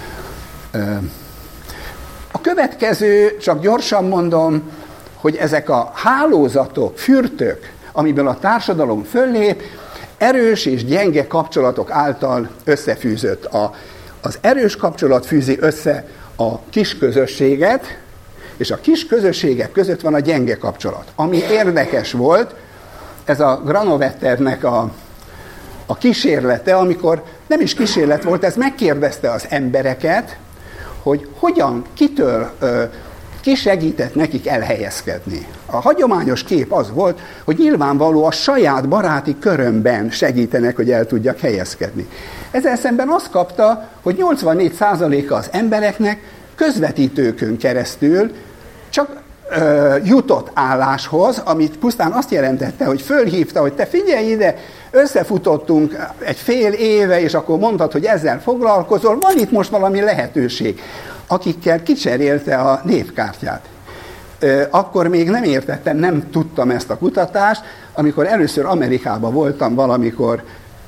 A következő, csak gyorsan mondom, hogy ezek a hálózatok, fürtök, amiből a társadalom föllép, erős és gyenge kapcsolatok által összefűzött. Az erős kapcsolat fűzi össze a kis közösséget, és a kis közösségek között van a gyenge kapcsolat. Ami érdekes volt, ez a Granovetternek a kísérlete, amikor nem is kísérlet volt, ez megkérdezte az embereket, hogy hogyan, ki segített nekik elhelyezkedni. A hagyományos kép az volt, hogy nyilvánvaló a saját baráti körömben segítenek, hogy el tudjak helyezkedni. Ezzel szemben azt kapta, hogy 84%-a az embereknek közvetítőkön keresztül csak jutott álláshoz, amit pusztán azt jelentette, hogy fölhívta, hogy te figyelj ide, összefutottunk egy fél éve, és akkor mondtad, hogy ezzel foglalkozol, van itt most valami lehetőség, akikkel kicserélte a névkártyát. Akkor még nem értettem, nem tudtam ezt a kutatást, amikor először Amerikában voltam valamikor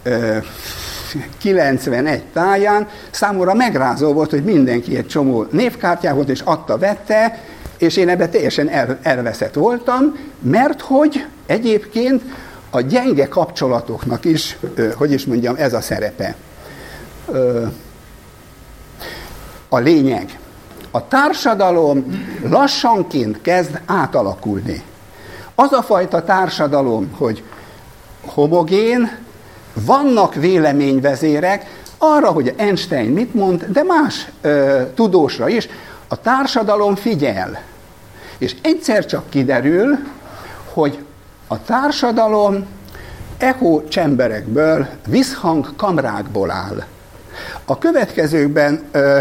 91 táján, számomra megrázó volt, hogy mindenki egy csomó névkártyát volt, és adta-vette, és én ebben teljesen elveszett voltam, mert hogy egyébként a gyenge kapcsolatoknak is, ez a szerepe. A lényeg. A társadalom lassanként kezd átalakulni. Az a fajta társadalom, hogy homogén, vannak véleményvezérek arra, hogy Einstein mit mond, de más tudósra is, a társadalom figyel. És egyszer csak kiderül, hogy a társadalom echo chamberekből, visszhangkamrákból áll. A következőkben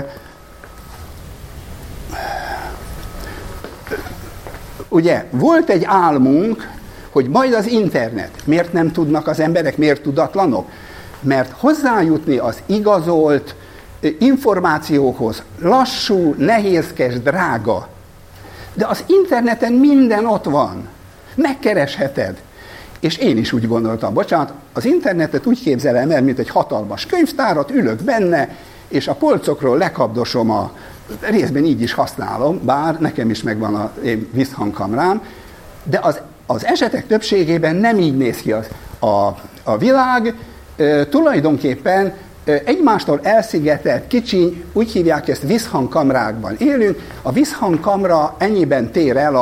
ugye volt egy álmunk, hogy majd az internet. Miért nem tudnak az emberek, miért tudatlanok? Mert hozzájutni az igazolt információhoz lassú, nehézkes, drága. De az interneten minden ott van. Megkeresheted. És én is úgy gondoltam, bocsánat, az internetet úgy képzelem el, mint egy hatalmas könyvtárat, ülök benne, és a polcokról lekapdosom részben így is használom, bár nekem is megvan a visszhangkamrám, de az esetek többségében nem így néz ki a világ, tulajdonképpen egymástól elszigetelt, kicsiny, úgy hívják ezt, visszhangkamrákban élünk. A visszhangkamra ennyiben tér el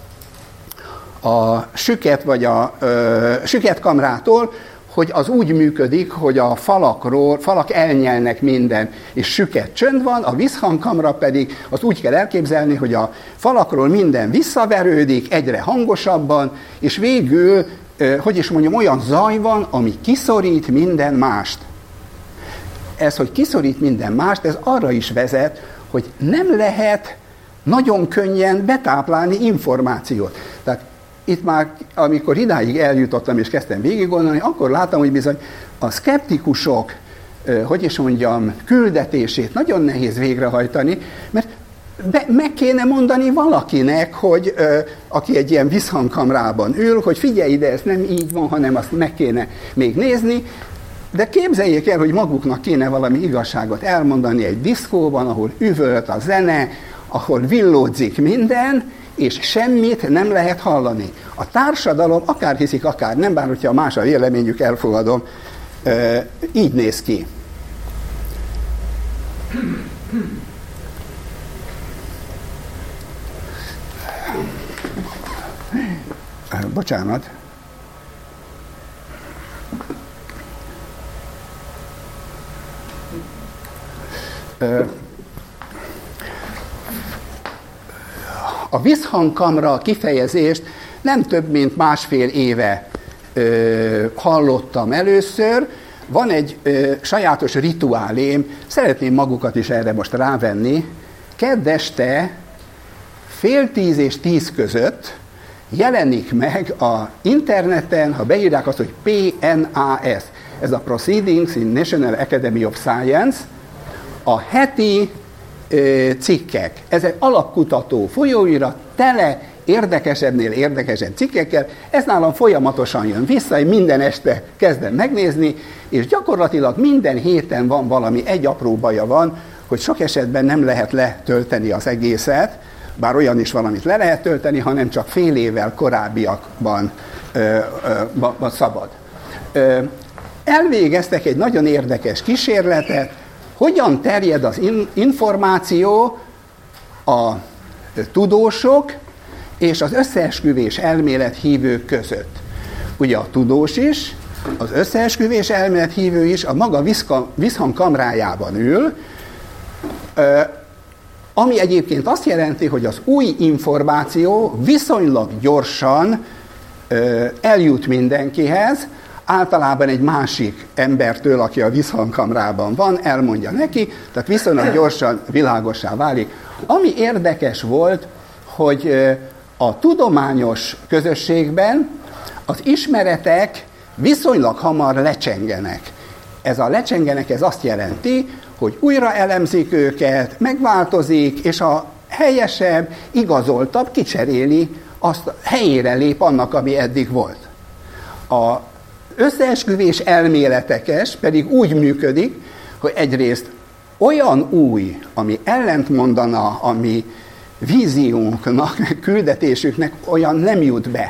a süket vagy a süketkamrától, hogy az úgy működik, hogy a falak elnyelnek minden, és süket csönd van, a visszhangkamra pedig az úgy kell elképzelni, hogy a falakról minden visszaverődik, egyre hangosabban, és végül, olyan zaj van, ami kiszorít minden mást. Ez, hogy kiszorít minden mást, ez arra is vezet, hogy nem lehet nagyon könnyen betáplálni információt. Tehát itt már, amikor idáig eljutottam és kezdtem végig gondolni, akkor láttam, hogy bizony a szkeptikusok, küldetését nagyon nehéz végrehajtani, mert meg kéne mondani valakinek, hogy aki egy ilyen visszhangkamrában ül, hogy figyelj ide, ez nem így van, hanem azt meg kéne még nézni, de képzeljék el, hogy maguknak kéne valami igazságot elmondani egy diszkóban, ahol üvölt a zene, ahol villódzik minden, és semmit nem lehet hallani. A társadalom, akár hiszik, akár nem, bár hogyha más a véleményük, elfogadom, így néz ki. Bocsánat. A visszhangkamra kifejezést nem több mint 1,5 éve hallottam először. Van egy sajátos rituálém, szeretném magukat is erre most rávenni. Kedd este 9:30 és 10 között jelenik meg a interneten, ha beírják azt, hogy PNAS, ez a Proceedings in National Academy of Science, a heti cikkek. Ez egy alapkutató folyóirat, tele érdekesebbnél érdekesebb cikkekkel. Ez nálam folyamatosan jön vissza, én minden este kezdem megnézni, és gyakorlatilag minden héten van valami, egy apró baja van, hogy sok esetben nem lehet letölteni az egészet, bár olyan is van, amit le lehet tölteni, hanem csak fél évvel korábbiakban szabad. Elvégeztek egy nagyon érdekes kísérletet, hogyan terjed az információ a tudósok és az összeesküvés elmélet hívők között. Ugye a tudós is, az összeesküvés elmélet hívő is a maga visszhangkamrájában ül, ami egyébként azt jelenti, hogy az új információ viszonylag gyorsan eljut mindenkihez, általában egy másik embertől, aki a visszhangkamrában van, elmondja neki, tehát viszonylag gyorsan világossá válik. Ami érdekes volt, hogy a tudományos közösségben az ismeretek viszonylag hamar lecsengenek. Ez a lecsengenek, ez azt jelenti, hogy újra elemzik őket, megváltozik, és a helyesebb, igazoltabb kicseréli, azt helyére lép annak, ami eddig volt. A összeesküvés elméletekes pedig úgy működik, hogy egyrészt olyan új, ami ellentmondana a mi víziónknak, küldetésüknek, olyan nem jut be.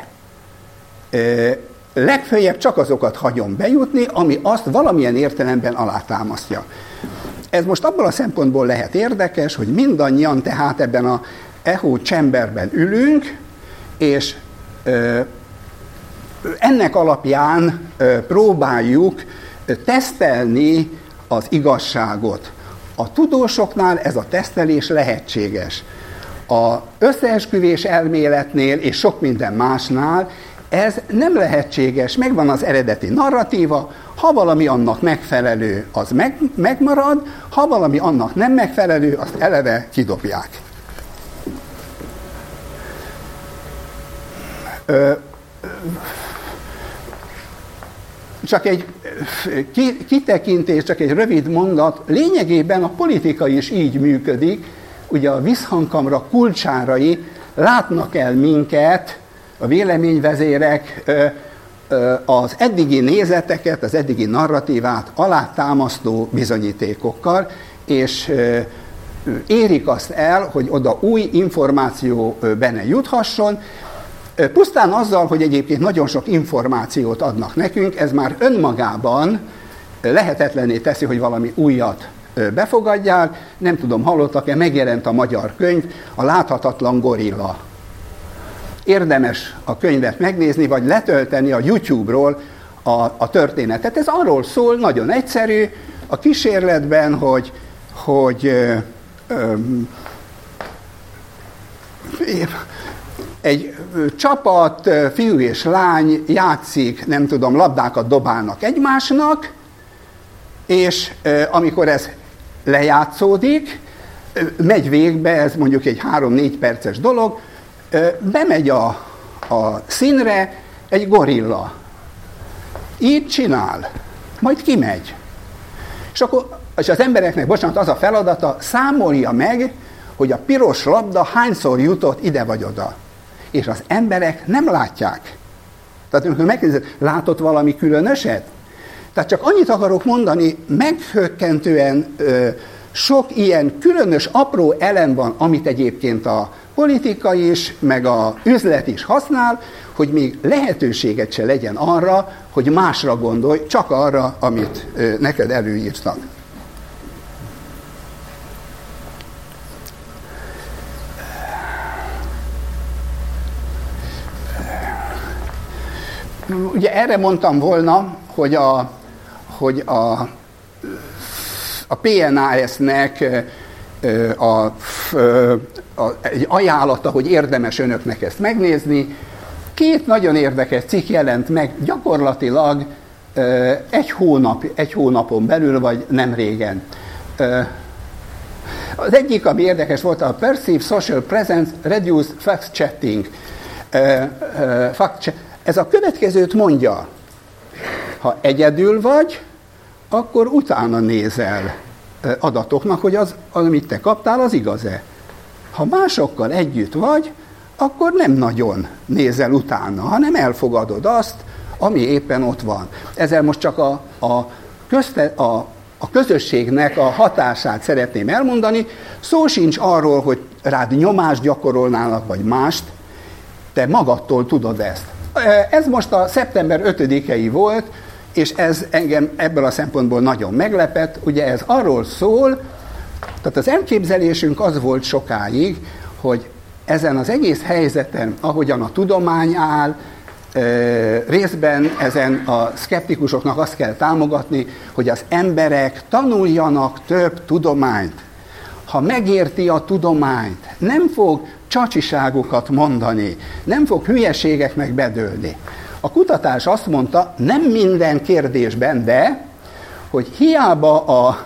Legfeljebb csak azokat hagyom bejutni, ami azt valamilyen értelemben alátámasztja. Ez most abból a szempontból lehet érdekes, hogy mindannyian tehát ebben a echo chamberben ülünk, és ennek alapján próbáljuk tesztelni az igazságot. A tudósoknál ez a tesztelés lehetséges. Az összeesküvés elméletnél és sok minden másnál ez nem lehetséges. Megvan az eredeti narratíva, ha valami annak megfelelő, az megmarad, ha valami annak nem megfelelő, azt eleve kidobják. Csak egy kitekintés, csak egy rövid mondat, lényegében a politika is így működik, ugye a visszhangkamra kulcsárai látnak el minket, a véleményvezérek az eddigi nézeteket, az eddigi narratívát alátámasztó bizonyítékokkal, és érik azt el, hogy oda új információ benne juthasson, pusztán azzal, hogy egyébként nagyon sok információt adnak nekünk, ez már önmagában lehetetlenné teszi, hogy valami újat befogadják. Nem tudom, hallottak-e, megjelent a magyar könyv, a Láthatatlan gorilla. Érdemes a könyvet megnézni, vagy letölteni a YouTube-ról a történetet. Ez arról szól, nagyon egyszerű, a kísérletben, hogy egy csapat, fiú és lány játszik, nem tudom, labdákat dobálnak egymásnak, és amikor ez lejátszódik, megy végbe, ez mondjuk egy 3-4 perces dolog, bemegy a színre egy gorilla. Így csinál, majd kimegy. És az embereknek, bocsánat, az a feladata, számolja meg, hogy a piros labda hányszor jutott ide vagy oda. És az emberek nem látják. Tehát amikor megkérdezed, látott valami különöset? Tehát csak annyit akarok mondani, meghökkentően sok ilyen különös, apró elem van, amit egyébként a politika is, meg a üzlet is használ, hogy még lehetőséget se legyen arra, hogy másra gondolj, csak arra, amit neked előírtak. Ugye erre mondtam volna, hogy a PNAS-nek egy ajánlata, hogy érdemes önöknek ezt megnézni. 2 nagyon érdekes cikk jelent meg gyakorlatilag egy hónapon belül, vagy nem régen. Az egyik, ami érdekes volt, a Perceived Social Presence Reduced Fact-Checking. Ez a következőt mondja: ha egyedül vagy, akkor utána nézel adatoknak, hogy az, amit te kaptál, az igaz-e. Ha másokkal együtt vagy, akkor nem nagyon nézel utána, hanem elfogadod azt, ami éppen ott van. Ezzel most csak a közösségnek a hatását szeretném elmondani. Szó sincs arról, hogy rád nyomást gyakorolnának, vagy mást, te magadtól tudod ezt. Ez most a szeptember 5-i volt, és ez engem ebből a szempontból nagyon meglepett. Ugye ez arról szól, tehát az elképzelésünk az volt sokáig, hogy ezen az egész helyzeten, ahogyan a tudomány áll, részben ezen a szkeptikusoknak azt kell támogatni, hogy az emberek tanuljanak több tudományt. Ha megérti a tudományt, nem fog csacsiságokat mondani, nem fog hülyeségeknek bedőlni. A kutatás azt mondta, nem minden kérdésben, de hogy hiába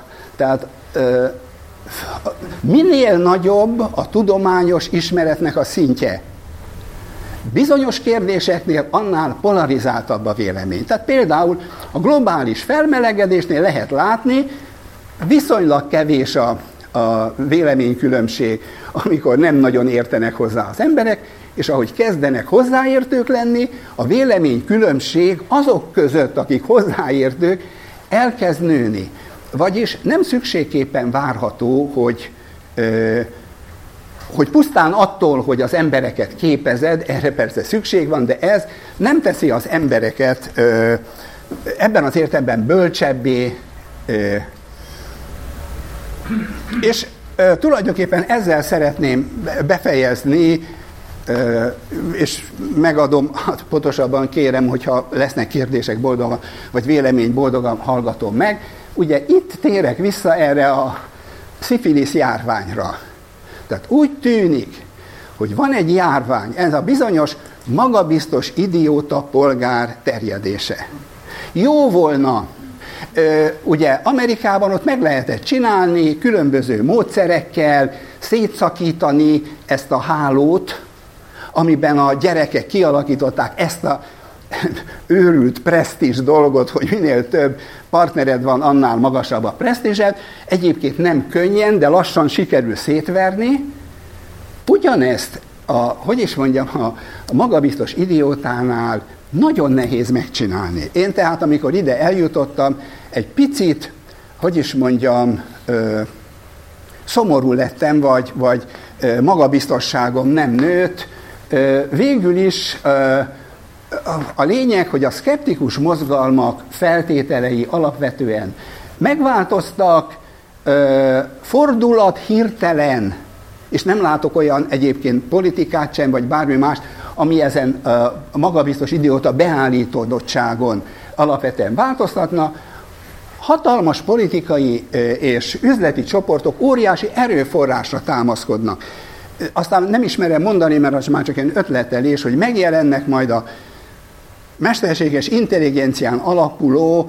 minél nagyobb a tudományos ismeretnek a szintje, bizonyos kérdéseknél annál polarizáltabb a vélemény. Tehát például a globális felmelegedésnél lehet látni, viszonylag kevés a véleménykülönbség, amikor nem nagyon értenek hozzá az emberek, és ahogy kezdenek hozzáértők lenni, a véleménykülönbség azok között, akik hozzáértők, elkezd nőni. Vagyis nem szükségképpen várható, hogy pusztán attól, hogy az embereket képezed, erre persze szükség van, de ez nem teszi az embereket ebben az értelemben bölcsebbé, és tulajdonképpen ezzel szeretném befejezni, és megadom, pontosabban kérem, hogyha lesznek kérdések boldogan, vagy vélemény boldogan hallgatom meg. Ugye itt térek vissza erre a szifilisz járványra. Tehát úgy tűnik, hogy van egy járvány, ez a bizonyos magabiztos idióta polgár terjedése. Jó volna, ugye Amerikában ott meg lehetett csinálni különböző módszerekkel, szétszakítani ezt a hálót, amiben a gyerekek kialakították ezt a őrült presztízs dolgot, hogy minél több partnered van, annál magasabb a presztízsed. Egyébként nem könnyen, de lassan sikerül szétverni. Ugyanezt a magabiztos idiótánál nagyon nehéz megcsinálni. Én tehát, amikor ide eljutottam, egy picit, szomorú lettem, vagy magabiztosságom nem nőtt. Végül is a lényeg, hogy a szkeptikus mozgalmak feltételei alapvetően megváltoztak, fordulat hirtelen, és nem látok olyan egyébként politikát sem, vagy bármi más, ami ezen a magabiztos idióta beállítódottságon alapvetően változtatna. Hatalmas politikai és üzleti csoportok óriási erőforrásra támaszkodnak. Aztán nem ismerem mondani, mert az már csak egy ötletelés, hogy megjelennek majd a mesterséges intelligencián alapuló,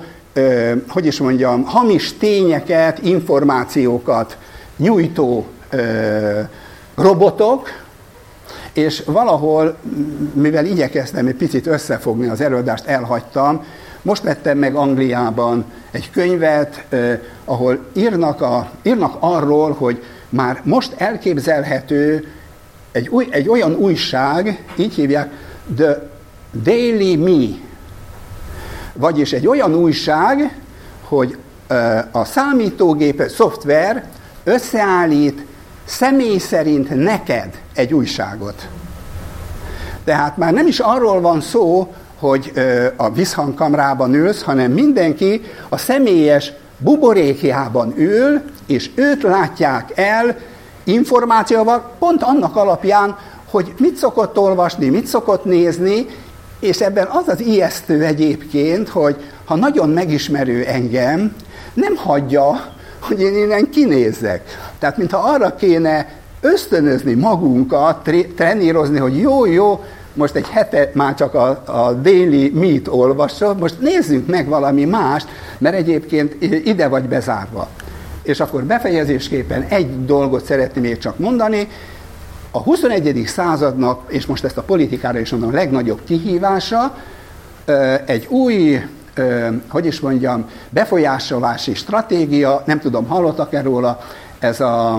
hamis tényeket, információkat nyújtó robotok, és valahol, mivel igyekeztem egy picit összefogni az előadást, elhagytam. Most vettem meg Angliában egy könyvet, ahol írnak arról, hogy már most elképzelhető egy olyan újság, így hívják, The Daily Me, vagyis egy olyan újság, hogy a számítógép szoftver összeállít személy szerint neked egy újságot. Tehát már nem is arról van szó, hogy a visszhangkamrában ülsz, hanem mindenki a személyes buborékjában ül, és őt látják el információval, pont annak alapján, hogy mit szokott olvasni, mit szokott nézni, és ebben az az ijesztő egyébként, hogy ha nagyon megismerő engem, nem hagyja, hogy én innen kinézzek. Tehát mintha arra kéne ösztönözni magunkat, trenírozni, hogy jó, most egy hete már csak a Daily Meet olvasok, most nézzünk meg valami mást, mert egyébként ide vagy bezárva. És akkor befejezésképpen egy dolgot szeretném még csak mondani, a 21. századnak, és most ezt a politikára is mondom, a legnagyobb kihívása egy új, befolyásolási stratégia, nem tudom, hallottak-e róla, ez a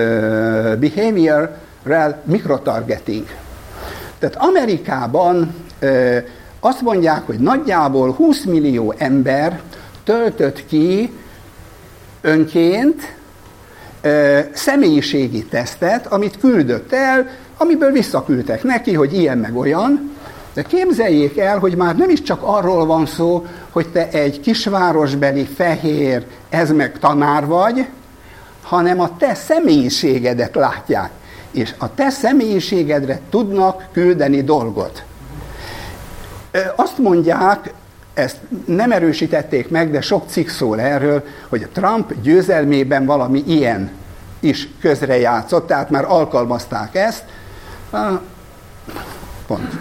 behavioral microtargeting. Tehát Amerikában azt mondják, hogy nagyjából 20 millió ember töltött ki önként személyiségi tesztet, amit küldött el, amiből visszaküldtek neki, hogy ilyen meg olyan. De képzeljék el, hogy már nem is csak arról van szó, hogy te egy kisvárosbeli fehér, ez meg tanár vagy, hanem a te személyiségedet látják. És a te személyiségedre tudnak küldeni dolgot. Azt mondják, ezt nem erősítették meg, de sok cikk szól erről, hogy Trump győzelmében valami ilyen is közrejátszott, tehát már alkalmazták ezt. Pont.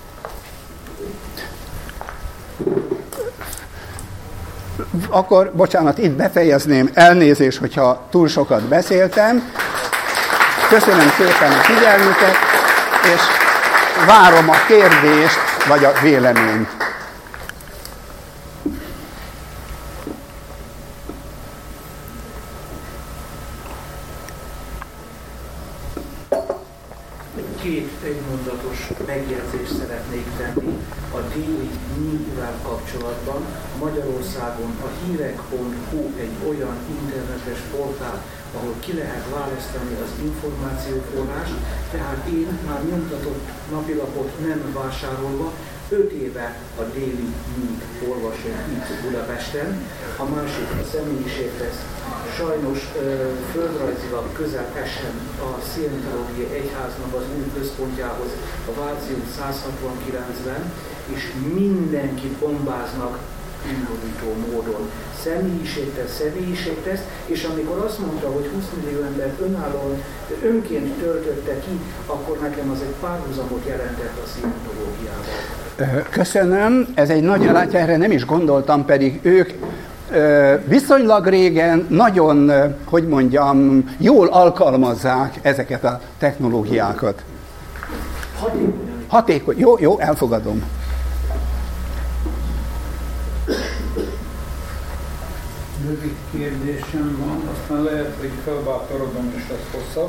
Akkor, bocsánat, itt befejezném, elnézést, hogyha túl sokat beszéltem. Köszönöm szépen a figyelmüket, és várom a kérdést, vagy a véleményt. Két egymondatos megjegyzést szeretnék tenni a Daily News-vel kapcsolatban. Magyarországon a hírek.hu egy olyan internetes portál, ahol ki lehet választani az információforrást, tehát én már nyomtatott napilapot nem vásárolva 5 éve a Daily News olvasom itt Budapesten. A másik a személyiségteszt. Sajnos földrajzilag közel esem a Szientológiai Egyháznak az új központjához, a Váci út 169-ben, és mindenkit bombáznak undorító módon. Személyiségteszt, és amikor azt mondta, hogy 20 millió ember önállóan, önként töltötte ki, akkor nekem az egy párhuzamot jelentett a szientológiával. Köszönöm, ez egy nagy, látja, erre nem is gondoltam, pedig ők viszonylag régen nagyon, jól alkalmazzák ezeket a technológiákat. Hatékony. Jó, elfogadom. Rövid kérdésem van, aztán lehet, hogy felbátorodom és lesz hosszabb.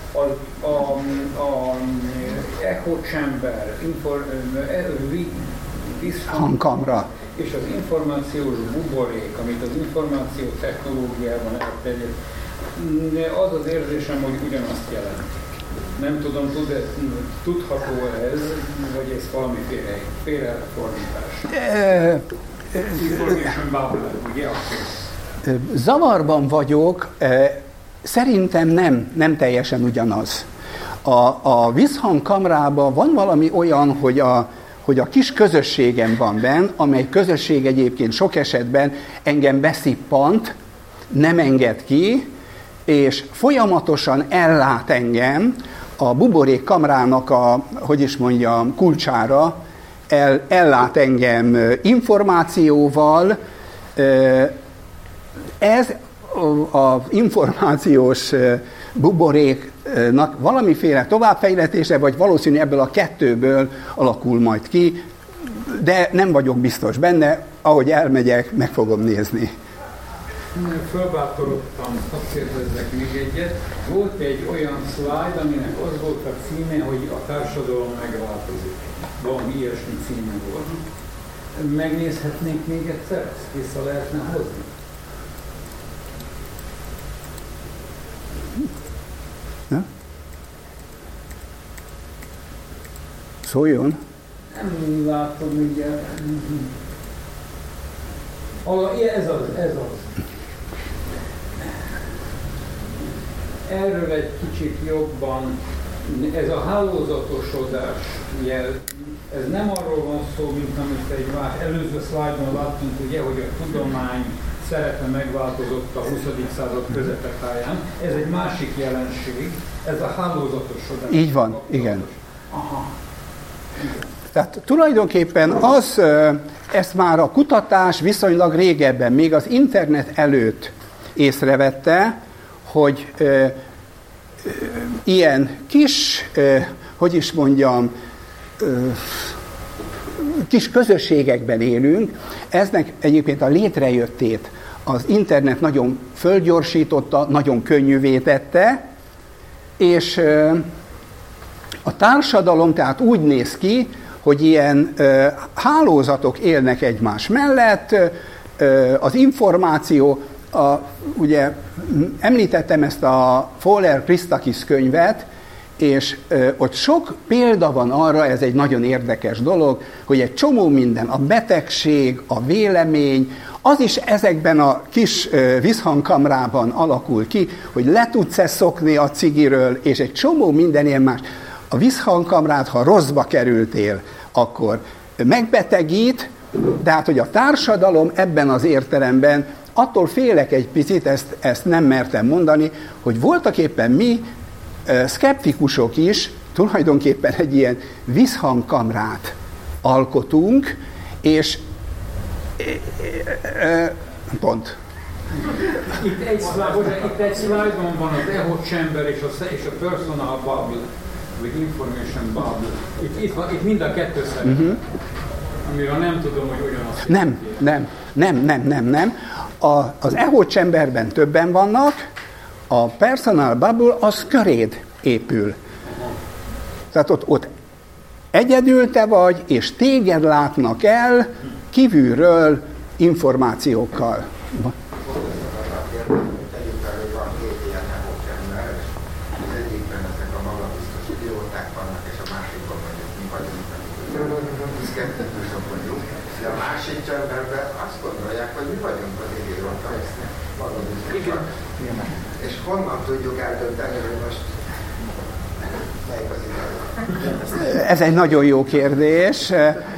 A echo chamber, hangkamra és az információs buborék, amit az információ technológiában elterjedt, az az érzésem, hogy ugyanazt jelent. Nem tudom, tudható ez, vagy ez valamiféle félrefordítás. Information bubble, ugye? Zavarban vagyok, szerintem nem teljesen ugyanaz. A visszhangkamrában van valami olyan, hogy a kis közösségem van benn, amely közösség egyébként sok esetben engem beszippant, nem enged ki, és folyamatosan ellát engem a buborék kamrának kulcsára, ellát engem információval. Ez az információs buboréknak valamiféle továbbfejletése, vagy valószínű ebből a kettőből alakul majd ki, de nem vagyok biztos benne, ahogy elmegyek, meg fogom nézni. Fölbátorodtam, azt kérdezzek még egyet. Volt egy olyan szlájd, aminek az volt a címe, hogy a társadalom megváltozik. Valami ilyesmi címe volt. Megnézhetnénk még egyszer? Ezt vissza lehetne hozni? Szóljon. Nem látod mindjárt. Ez az. Erről egy kicsit jobban, ez a hálózatosodás jel, ez nem arról van szó, mint amit egy előző szlájdon láttunk, ugye, hogy a tudomány szerepe megváltozott a 20. század közepetáján. Ez egy másik jelenség, ez a hálózatosodás. Így van, igen. Aha. Tehát tulajdonképpen ezt már a kutatás viszonylag régebben, még az internet előtt észrevette, hogy ilyen kis, kis közösségekben élünk, eznek egyébként a létrejöttét az internet nagyon fölgyorsította, nagyon könnyűvé tette, és a társadalom tehát úgy néz ki, hogy ilyen hálózatok élnek egymás mellett, az információ, ugye említettem ezt a Fowler Christakis könyvet, és ott sok példa van arra, ez egy nagyon érdekes dolog, hogy egy csomó minden, a betegség, a vélemény, az is ezekben a kis visszhangkamrában alakul ki, hogy le tudsz-e szokni a cigiről, és egy csomó minden ilyen más. A visszhangkamrát, ha rosszba kerültél, akkor megbetegít, de hát, hogy a társadalom ebben az értelemben, attól félek egy picit, ezt nem mertem mondani, hogy voltak éppen mi, szkeptikusok is tulajdonképpen egy ilyen visszhangkamrát alkotunk, és pont. Itt egy szlájdon van az echo chamber és a personal bubble, vagy information bubble. Itt mind a kettő szerint, amiről nem tudom, hogy ugyanaz. Nem. Az echo chamberben többen vannak, a personal bubble az köréd épül. Tehát ott egyedül te vagy, és téged látnak el kívülről információkkal. És honnan tudjuk eldönteni, hogy most melyik az igaz? Ez egy nagyon jó kérdés.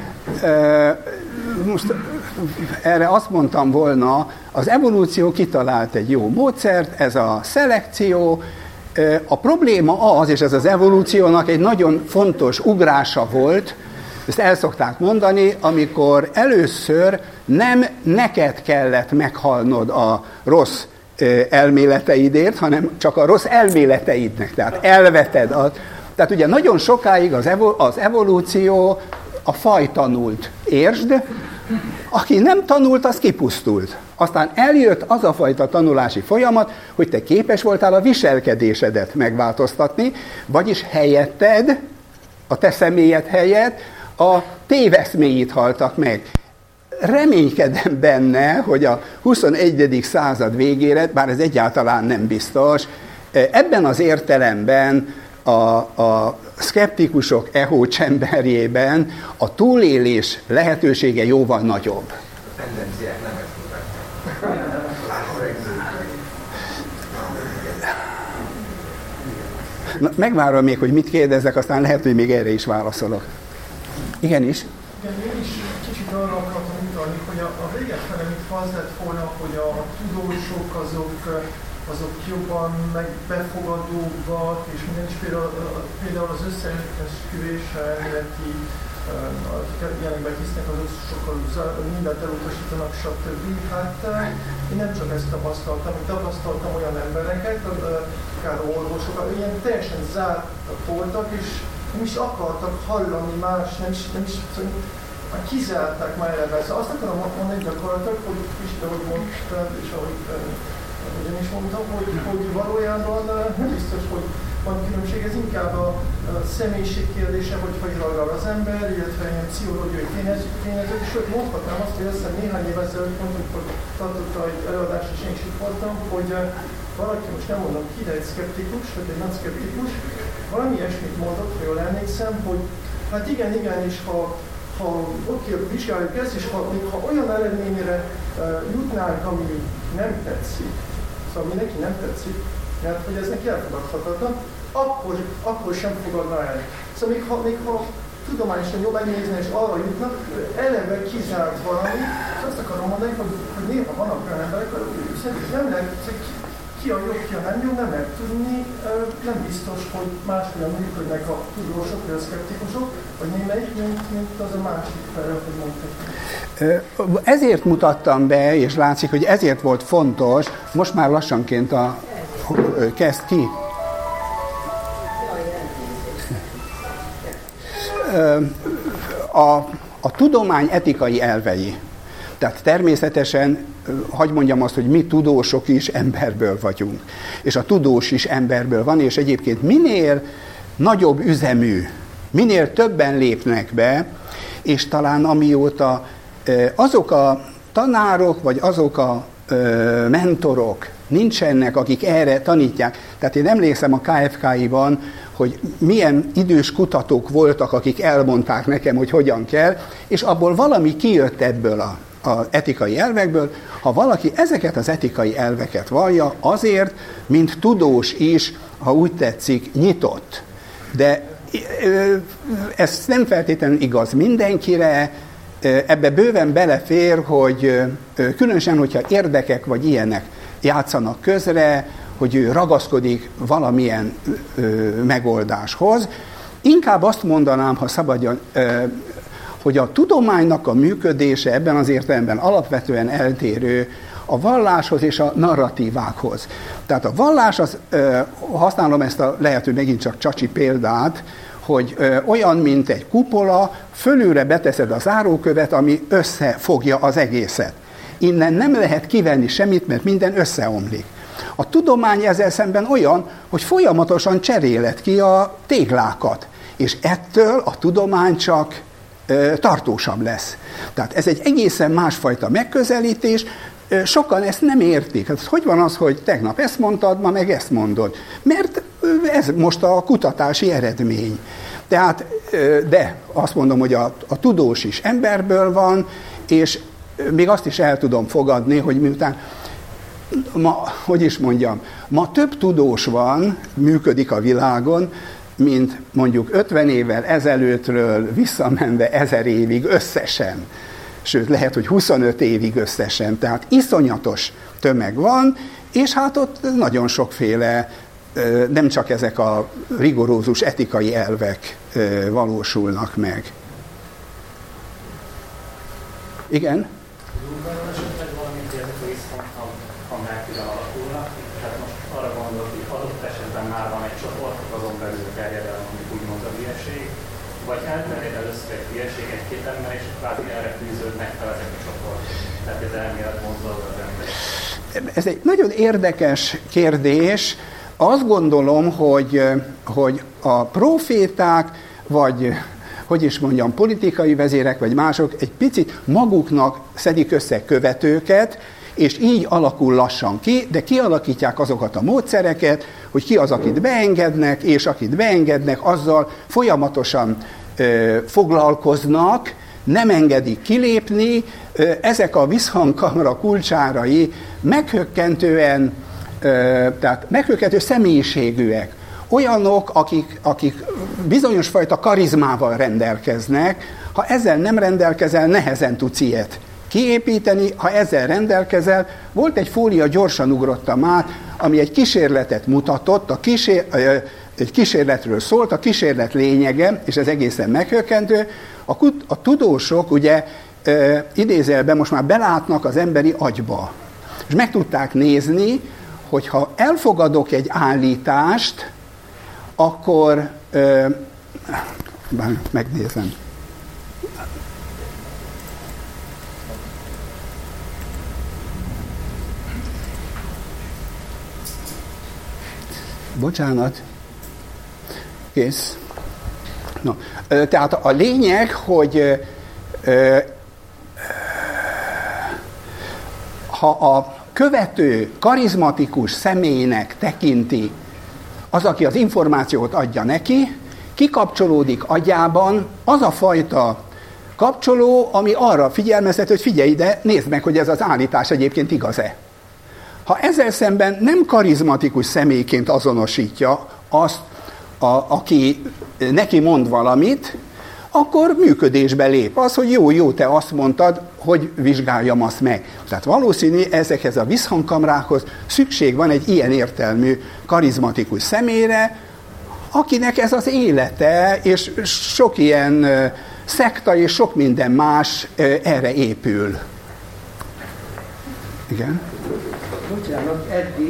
Most erre azt mondtam volna, az evolúció kitalált egy jó módszert, ez a szelekció. A probléma az, és ez az evolúciónak egy nagyon fontos ugrása volt, ezt el szokták mondani, amikor először nem neked kellett meghalnod a rossz elméleteidért, hanem csak a rossz elméleteidnek, tehát elveted. Tehát ugye nagyon sokáig az evolúció a faj tanult. Értsd, aki nem tanult, az kipusztult. Aztán eljött az a fajta tanulási folyamat, hogy te képes voltál a viselkedésedet megváltoztatni, vagyis helyetted, a te személyed helyett a téveszméit haltak meg. Reménykedem benne, hogy a 21. század végére, bár ez egyáltalán nem biztos, ebben az értelemben a szkeptikusok echo chamberjében a túlélés lehetősége jóval nagyobb. A tendenciák nem ezt mutatják. Megvárom még, hogy mit kérdezek, aztán lehet, hogy még erre is válaszolok. Igenis? Igen, én is kicsit arra akartam utalni, hogy a véges fele, mint az lett volna, hogy a tudósok azok jobban megbefogadóbbak, és minden is például az összeesküvés elméleti, jelenleg hisznek, azok sokkal mindent elutasítanak, stb. Hát én nem csak ezt tapasztaltam olyan embereket, akár orvosokat, ilyen teljesen zártak voltak, és nem is akartak hallani más, nem is kizárták már ebben. Szóval azt akarom mondani gyakorlatilag, hogy Pista, hogy mondtad, és ahogy ugyanis mondtam, hogy valójában nem biztos, hogy van különbség, ez inkább a személyiség kérdése, hogy ragad az ember, illetve ilyen pszichológiai tényezők, sőt mondhatnám azt, hogy azt hiszem néhány év ezelőtt mondtuk, hogy tartotta egy előadást, és én is itt voltam, hogy valaki, most nem mondom ki, de egy szkeptikus, vagy egy nagy szkeptikus, valami ilyesmit mondott, ha jól emlékszem, hogy Hát igen, és ha oké, vizsgáljuk ezt, és még ha olyan eredményre jutnánk, ami nem tetszik, szóval ami neki nem tetszik, mert hogy ez neki elfogadhatatlan, akkor sem fogadna el. Szóval még ha tudományosan jól megnézni, és arra jutnak, eleve kizárt valami, és azt akarom mondani, hogy néha vannak olyan emberek, hogy nem lehet, ki a jobb, ki a nem jó, nem lehet tudni, nem biztos, hogy máshogyan működnek a tudósok, vagy a szkeptikusok, vagy némelyik, mint az a másik felé, hogy mondtak. Ezért mutattam be, és látszik, hogy ezért volt fontos, most már lassanként kezd ki. A tudomány etikai elvei. Tehát természetesen, hadd mondjam azt, hogy mi tudósok is emberből vagyunk. És a tudós is emberből van, és egyébként minél nagyobb üzemű, minél többen lépnek be, és talán amióta azok a tanárok, vagy azok a mentorok nincsenek, akik erre tanítják. Tehát én emlékszem a KFK-ban, hogy milyen idős kutatók voltak, akik elmondták nekem, hogy hogyan kell, és abból valami kijött ebből az etikai elvekből. Ha valaki ezeket az etikai elveket vallja, azért, mint tudós is, ha úgy tetszik, nyitott. De ez nem feltétlenül igaz mindenkire, ebbe bőven belefér, hogy különösen, hogyha érdekek vagy ilyenek játszanak közre, hogy ő ragaszkodik valamilyen megoldáshoz. Inkább azt mondanám, ha szabadjan, hogy a tudománynak a működése ebben az értelemben alapvetően eltérő a valláshoz és a narratívákhoz. Tehát a vallás, használom ezt a lehető megint csak csacsi példát, hogy olyan, mint egy kupola, fölülre beteszed a zárókövet, ami összefogja az egészet. Innen nem lehet kivenni semmit, mert minden összeomlik. A tudomány ezzel szemben olyan, hogy folyamatosan cseréled ki a téglákat, és ettől a tudomány csak tartósabb lesz. Tehát ez egy egészen másfajta megközelítés, sokan ezt nem értik. Hát hogy van az, hogy tegnap ezt mondtad, ma meg ezt mondod? Mert ez most a kutatási eredmény. Tehát, de azt mondom, hogy a tudós is emberből van, és még azt is el tudom fogadni, hogy miután ma több tudós van, működik a világon, mint mondjuk 50 évvel ezelőttről visszamenve 1000 évig összesen. Sőt, lehet, hogy 25 évig összesen. Tehát iszonyatos tömeg van, és hát ott nagyon sokféle, nem csak ezek a rigorózus etikai elvek valósulnak meg. Igen? Vagy elterjed először egy hülyeség egy-két ember, és kvázi erre fűződnek fel ezek a csoportok. Tehát ez elmélet mozdul az ember. Ez egy nagyon érdekes kérdés. Azt gondolom, hogy a proféták, vagy politikai vezérek, vagy mások egy picit maguknak szedik össze követőket, és így alakul lassan ki, de kialakítják azokat a módszereket, hogy ki az, akit beengednek, és akit beengednek, azzal folyamatosan foglalkoznak, nem engedik kilépni, ezek a visszhangkamra kulcsárai meghökkentő személyiségűek. Olyanok, akik bizonyos fajta karizmával rendelkeznek, ha ezzel nem rendelkezel, nehezen tudsz ilyet kiépíteni, ha ezzel rendelkezel. Volt egy fólia, gyorsan ugrottam át, ami egy kísérletet mutatott, egy kísérletről szólt, a kísérlet lényege, és ez egészen meghökkentő, a tudósok ugye idézőjelben most már belátnak az emberi agyba, és meg tudták nézni, hogy ha elfogadok egy állítást, akkor megnézem. Bocsánat. Kész. No. Tehát a lényeg, hogy ha a követő karizmatikus személynek tekinti az, aki az információt adja neki, kikapcsolódik agyában az a fajta kapcsoló, ami arra figyelmeztet, hogy figyelj ide, nézd meg, hogy ez az állítás egyébként igaz-e. Ha ezzel szemben nem karizmatikus személyként azonosítja azt, aki neki mond valamit, akkor működésbe lép az, hogy jó, te azt mondtad, hogy vizsgáljam azt meg. Tehát valószínű ezekhez a visszhangkamrákhoz szükség van egy ilyen értelmű, karizmatikus személyre, akinek ez az élete, és sok ilyen szekta és sok minden más erre épül. Igen? Bocsánat, eddig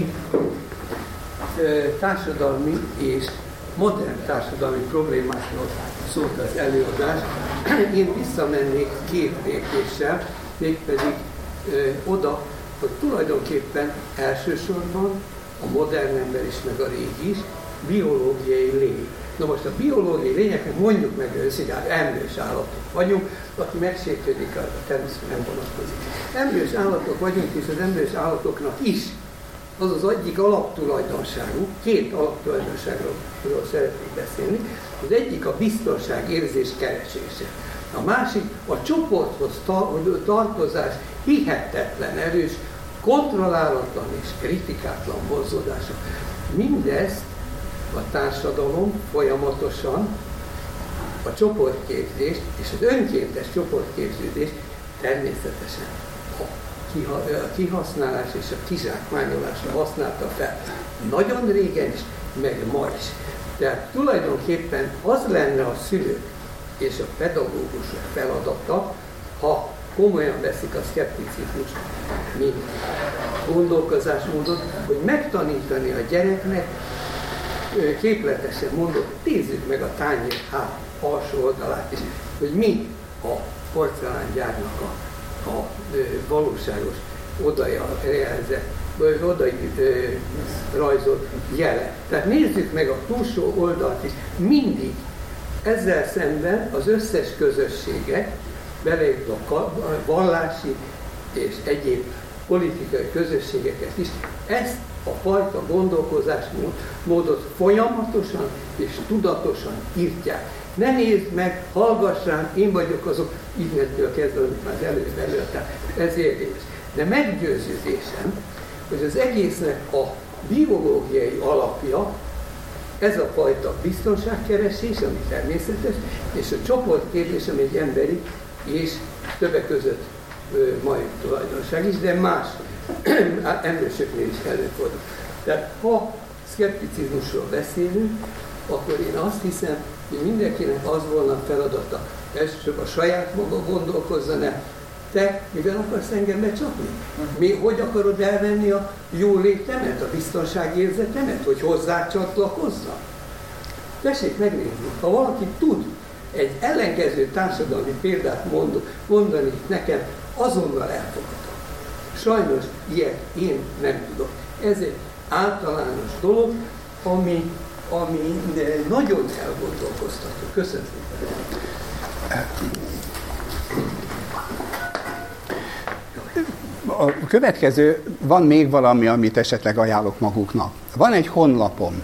társadalmi és modern társadalmi problémákról szólt az előadás. Én visszamennék 2 lépéssel, mégpedig oda, hogy tulajdonképpen elsősorban a modern ember is, meg a régi is, biológiai lény. Na most a biológiai lényeknek mondjuk meg őszintén, emlős állatok vagyunk, aki megsértődik, a természetesen nem vonatkozik. Emlős állatok vagyunk, és az emlős állatoknak is az az egyik alaptulajdonságú, 2 alaptulajdonságról szeretnék beszélni. Az egyik a biztonságérzés keresése. A másik a csoporthoz tartozás hihetetlen erős, kontrollálatlan és kritikátlan vonzódása. Mindezt a társadalom folyamatosan a csoportképzést és az önkéntes csoportképződést természetesen a kihasználás és a kizsákmányolásra használta fel. Nagyon régen is, meg ma is. Tehát tulajdonképpen az lenne a szülők és a pedagógusok feladata, ha komolyan veszik a szkepticizmust, mint gondolkozásmódot, hogy megtanítani a gyereknek, képletesen mondott, nézzük meg a tányér alsó oldalát is, hogy mi a porcelángyárnak a valóságos odai rajzolt jele. Tehát nézzük meg a túlsó oldalt is. Mindig ezzel szemben az összes közösségek, beleértve a vallási és egyéb politikai közösségeket is, ezt a fajta gondolkozásmódot folyamatosan és tudatosan írtják. Ne nézd meg, hallgass rám, én vagyok azok, innentől kezdve, amit már előbb előadtam, ez érvényes. De meggyőződésem, hogy az egésznek a biológiai alapja, ez a fajta biztonságkeresés, ami természetes, és a csoportképzés, ami egy emberi, és többek között mai tulajdonság is, de más emlősöknél is előfordul. Tehát ha szkepticizmusról beszélünk, akkor én azt hiszem, hogy mindenkinek az volna a feladata, elsősorban a saját maga gondolkozzon el, te mivel akarsz engem becsapni? Hogy akarod elvenni a jólétemet, a biztonságérzetemet, hogy hozzá csatlakozzam? Tessék megnézni, ha valaki tud egy ellenkező társadalmi példát mondani nekem, azonnal elfogadom. Sajnos ilyet én nem tudok. Ez egy általános dolog, ami nagyon elgondolkoztató. Köszönöm szépen. A következő, van még valami, amit esetleg ajánlok maguknak. Van egy honlapom,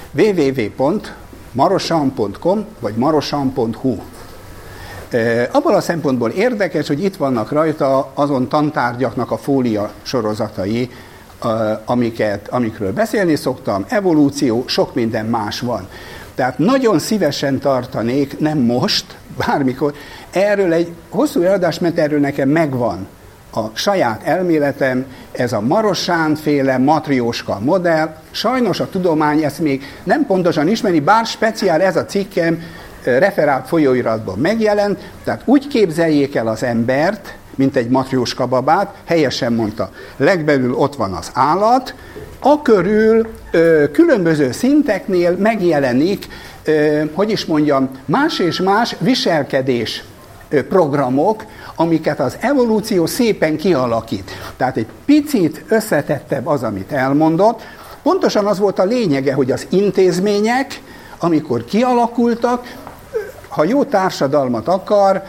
www.marosan.com vagy marosan.hu. Abban a szempontból érdekes, hogy itt vannak rajta azon tantárgyaknak a fólia sorozatai, amikről beszélni szoktam, evolúció, sok minden más van. Tehát nagyon szívesen tartanék, nem most, bármikor, erről egy hosszú előadás, mert erről nekem megvan a saját elméletem, ez a Marosán-féle matrióska modell. Sajnos a tudomány ezt még nem pontosan ismeri, bár speciál ez a cikkem referált folyóiratban megjelent, tehát úgy képzeljék el az embert, mint egy matrióska babát, helyesen mondta, legbelül ott van az állat, akörül különböző szinteknél megjelenik, más és más viselkedés programok, amiket az evolúció szépen kialakít. Tehát egy picit összetettebb az, amit elmondott. Pontosan az volt a lényege, hogy az intézmények, amikor kialakultak, ha jó társadalmat akar,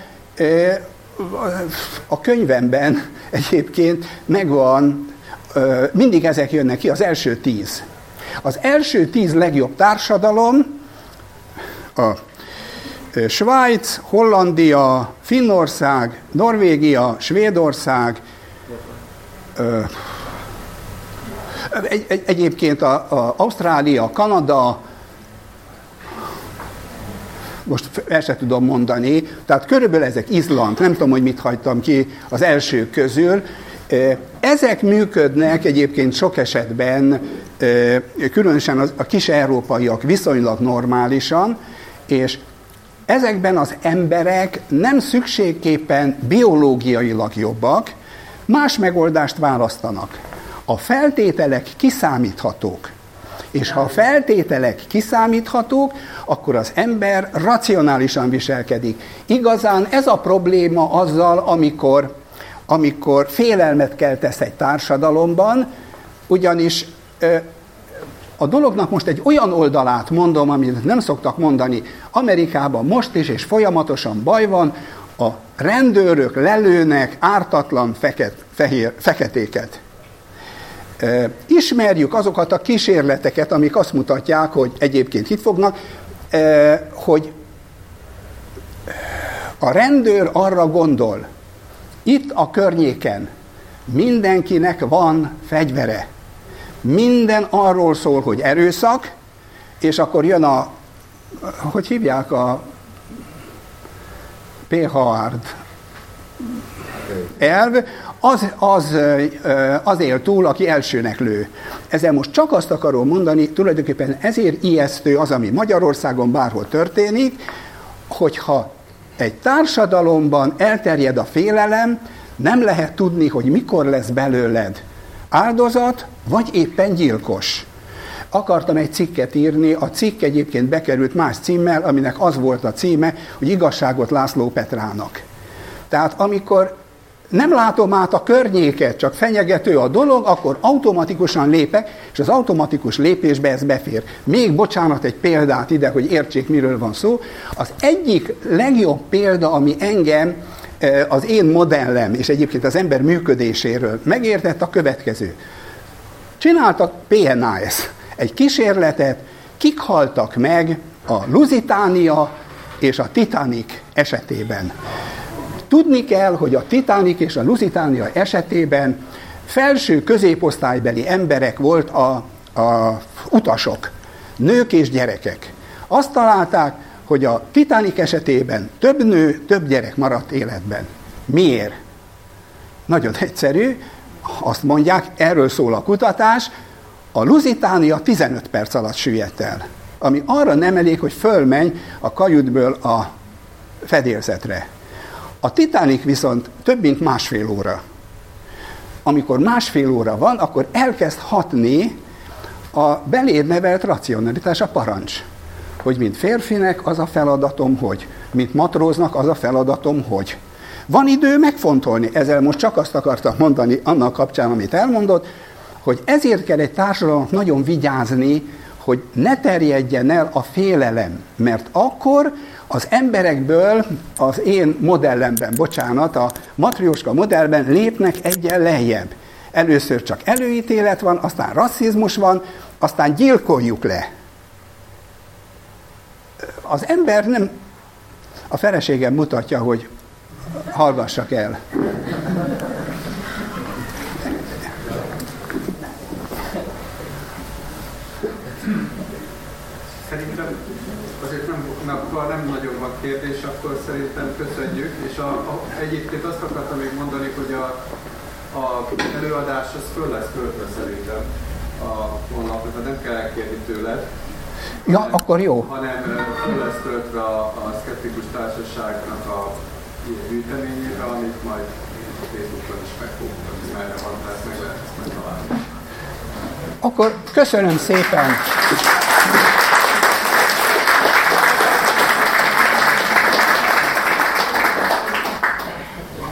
a könyvemben egyébként megvan, mindig ezek jönnek ki, az első 10. Az első 10 legjobb társadalom, a Svájc, Hollandia, Finnország, Norvégia, Svédország, egyébként Ausztrália, Kanada, most el sem tudom mondani, tehát körülbelül ezek, Izland, nem tudom, hogy mit hagytam ki az elsők közül. Ezek működnek egyébként sok esetben, különösen a kis európaiak viszonylag normálisan, és ezekben az emberek nem szükségképpen biológiailag jobbak, más megoldást választanak. A feltételek kiszámíthatók. És ha a feltételek kiszámíthatók, akkor az ember racionálisan viselkedik. Igazán ez a probléma azzal, amikor félelmet keltesz egy társadalomban, ugyanis a dolognak most egy olyan oldalát mondom, amit nem szoktak mondani. Amerikában most is és folyamatosan baj van, a rendőrök lelőnek ártatlan feketéket. Ismerjük azokat a kísérleteket, amik azt mutatják, hogy egyébként itt fognak, hogy a rendőr arra gondol, itt a környéken mindenkinek van fegyvere. Minden arról szól, hogy erőszak, és akkor jön hogy hívják a PHR-d elv, az él túl, aki elsőnek lő. Ezzel most csak azt akarom mondani, tulajdonképpen ezért ijesztő az, ami Magyarországon bárhol történik, hogyha egy társadalomban elterjed a félelem, nem lehet tudni, hogy mikor lesz belőled áldozat, vagy éppen gyilkos. Akartam egy cikket írni, a cikk egyébként bekerült más címmel, aminek az volt a címe, hogy Igazságot László Petrának. Tehát amikor nem látom át a környéket, csak fenyegető a dolog, akkor automatikusan lépek, és az automatikus lépésbe ez befér. Még bocsánat, egy példát ide, hogy értsék, miről van szó. Az egyik legjobb példa, ami engem, az én modellem, és egyébként az ember működéséről megértett, a következő. Csináltak PNAS, egy kísérletet, kik haltak meg a Lusitania és a Titanic esetében. Tudni kell, hogy a Titanic és a Lusitania esetében felső középosztálybeli emberek volt a utasok, nők és gyerekek. Azt találták, hogy a Titanic esetében több nő, több gyerek maradt életben. Miért? Nagyon egyszerű, azt mondják, erről szól a kutatás, a Lusitania 15 perc alatt süllyedt el, ami arra nem elég, hogy fölmenj a kajütből a fedélzetre. A Titanic viszont több mint másfél óra. Amikor másfél óra van, akkor elkezd hatni a beléd nevelt racionalitás, a parancs. Hogy mint férfinek az a feladatom, hogy. Mint matróznak az a feladatom, hogy. Van idő megfontolni. Ezzel most csak azt akartam mondani annak kapcsán, amit elmondott, hogy ezért kell egy társadalomnak nagyon vigyázni, hogy ne terjedjen el a félelem, mert akkor az emberekből az én modellemben, bocsánat, a matrioska modellben lépnek egyen lejjebb. Először csak előítélet van, aztán rasszizmus van, aztán gyilkoljuk le. Az ember nem... A feleségem mutatja, hogy hallgassak el. Szerintem azért nem nagyon van kérdés, akkor szerintem köszönjük, és egyébként azt akartam még mondani, hogy a előadás az föl lesz töltve szerintem a honlapra, tehát nem kell elkérni tőled. Ja, akkor jó. Hanem föl lesz töltve a Szkeptikus Társaságnak a gyűjteményére, amit majd Facebookon is meg fogunk adni, merre van, tehát meg lehet ezt megtalálni. Akkor köszönöm szépen!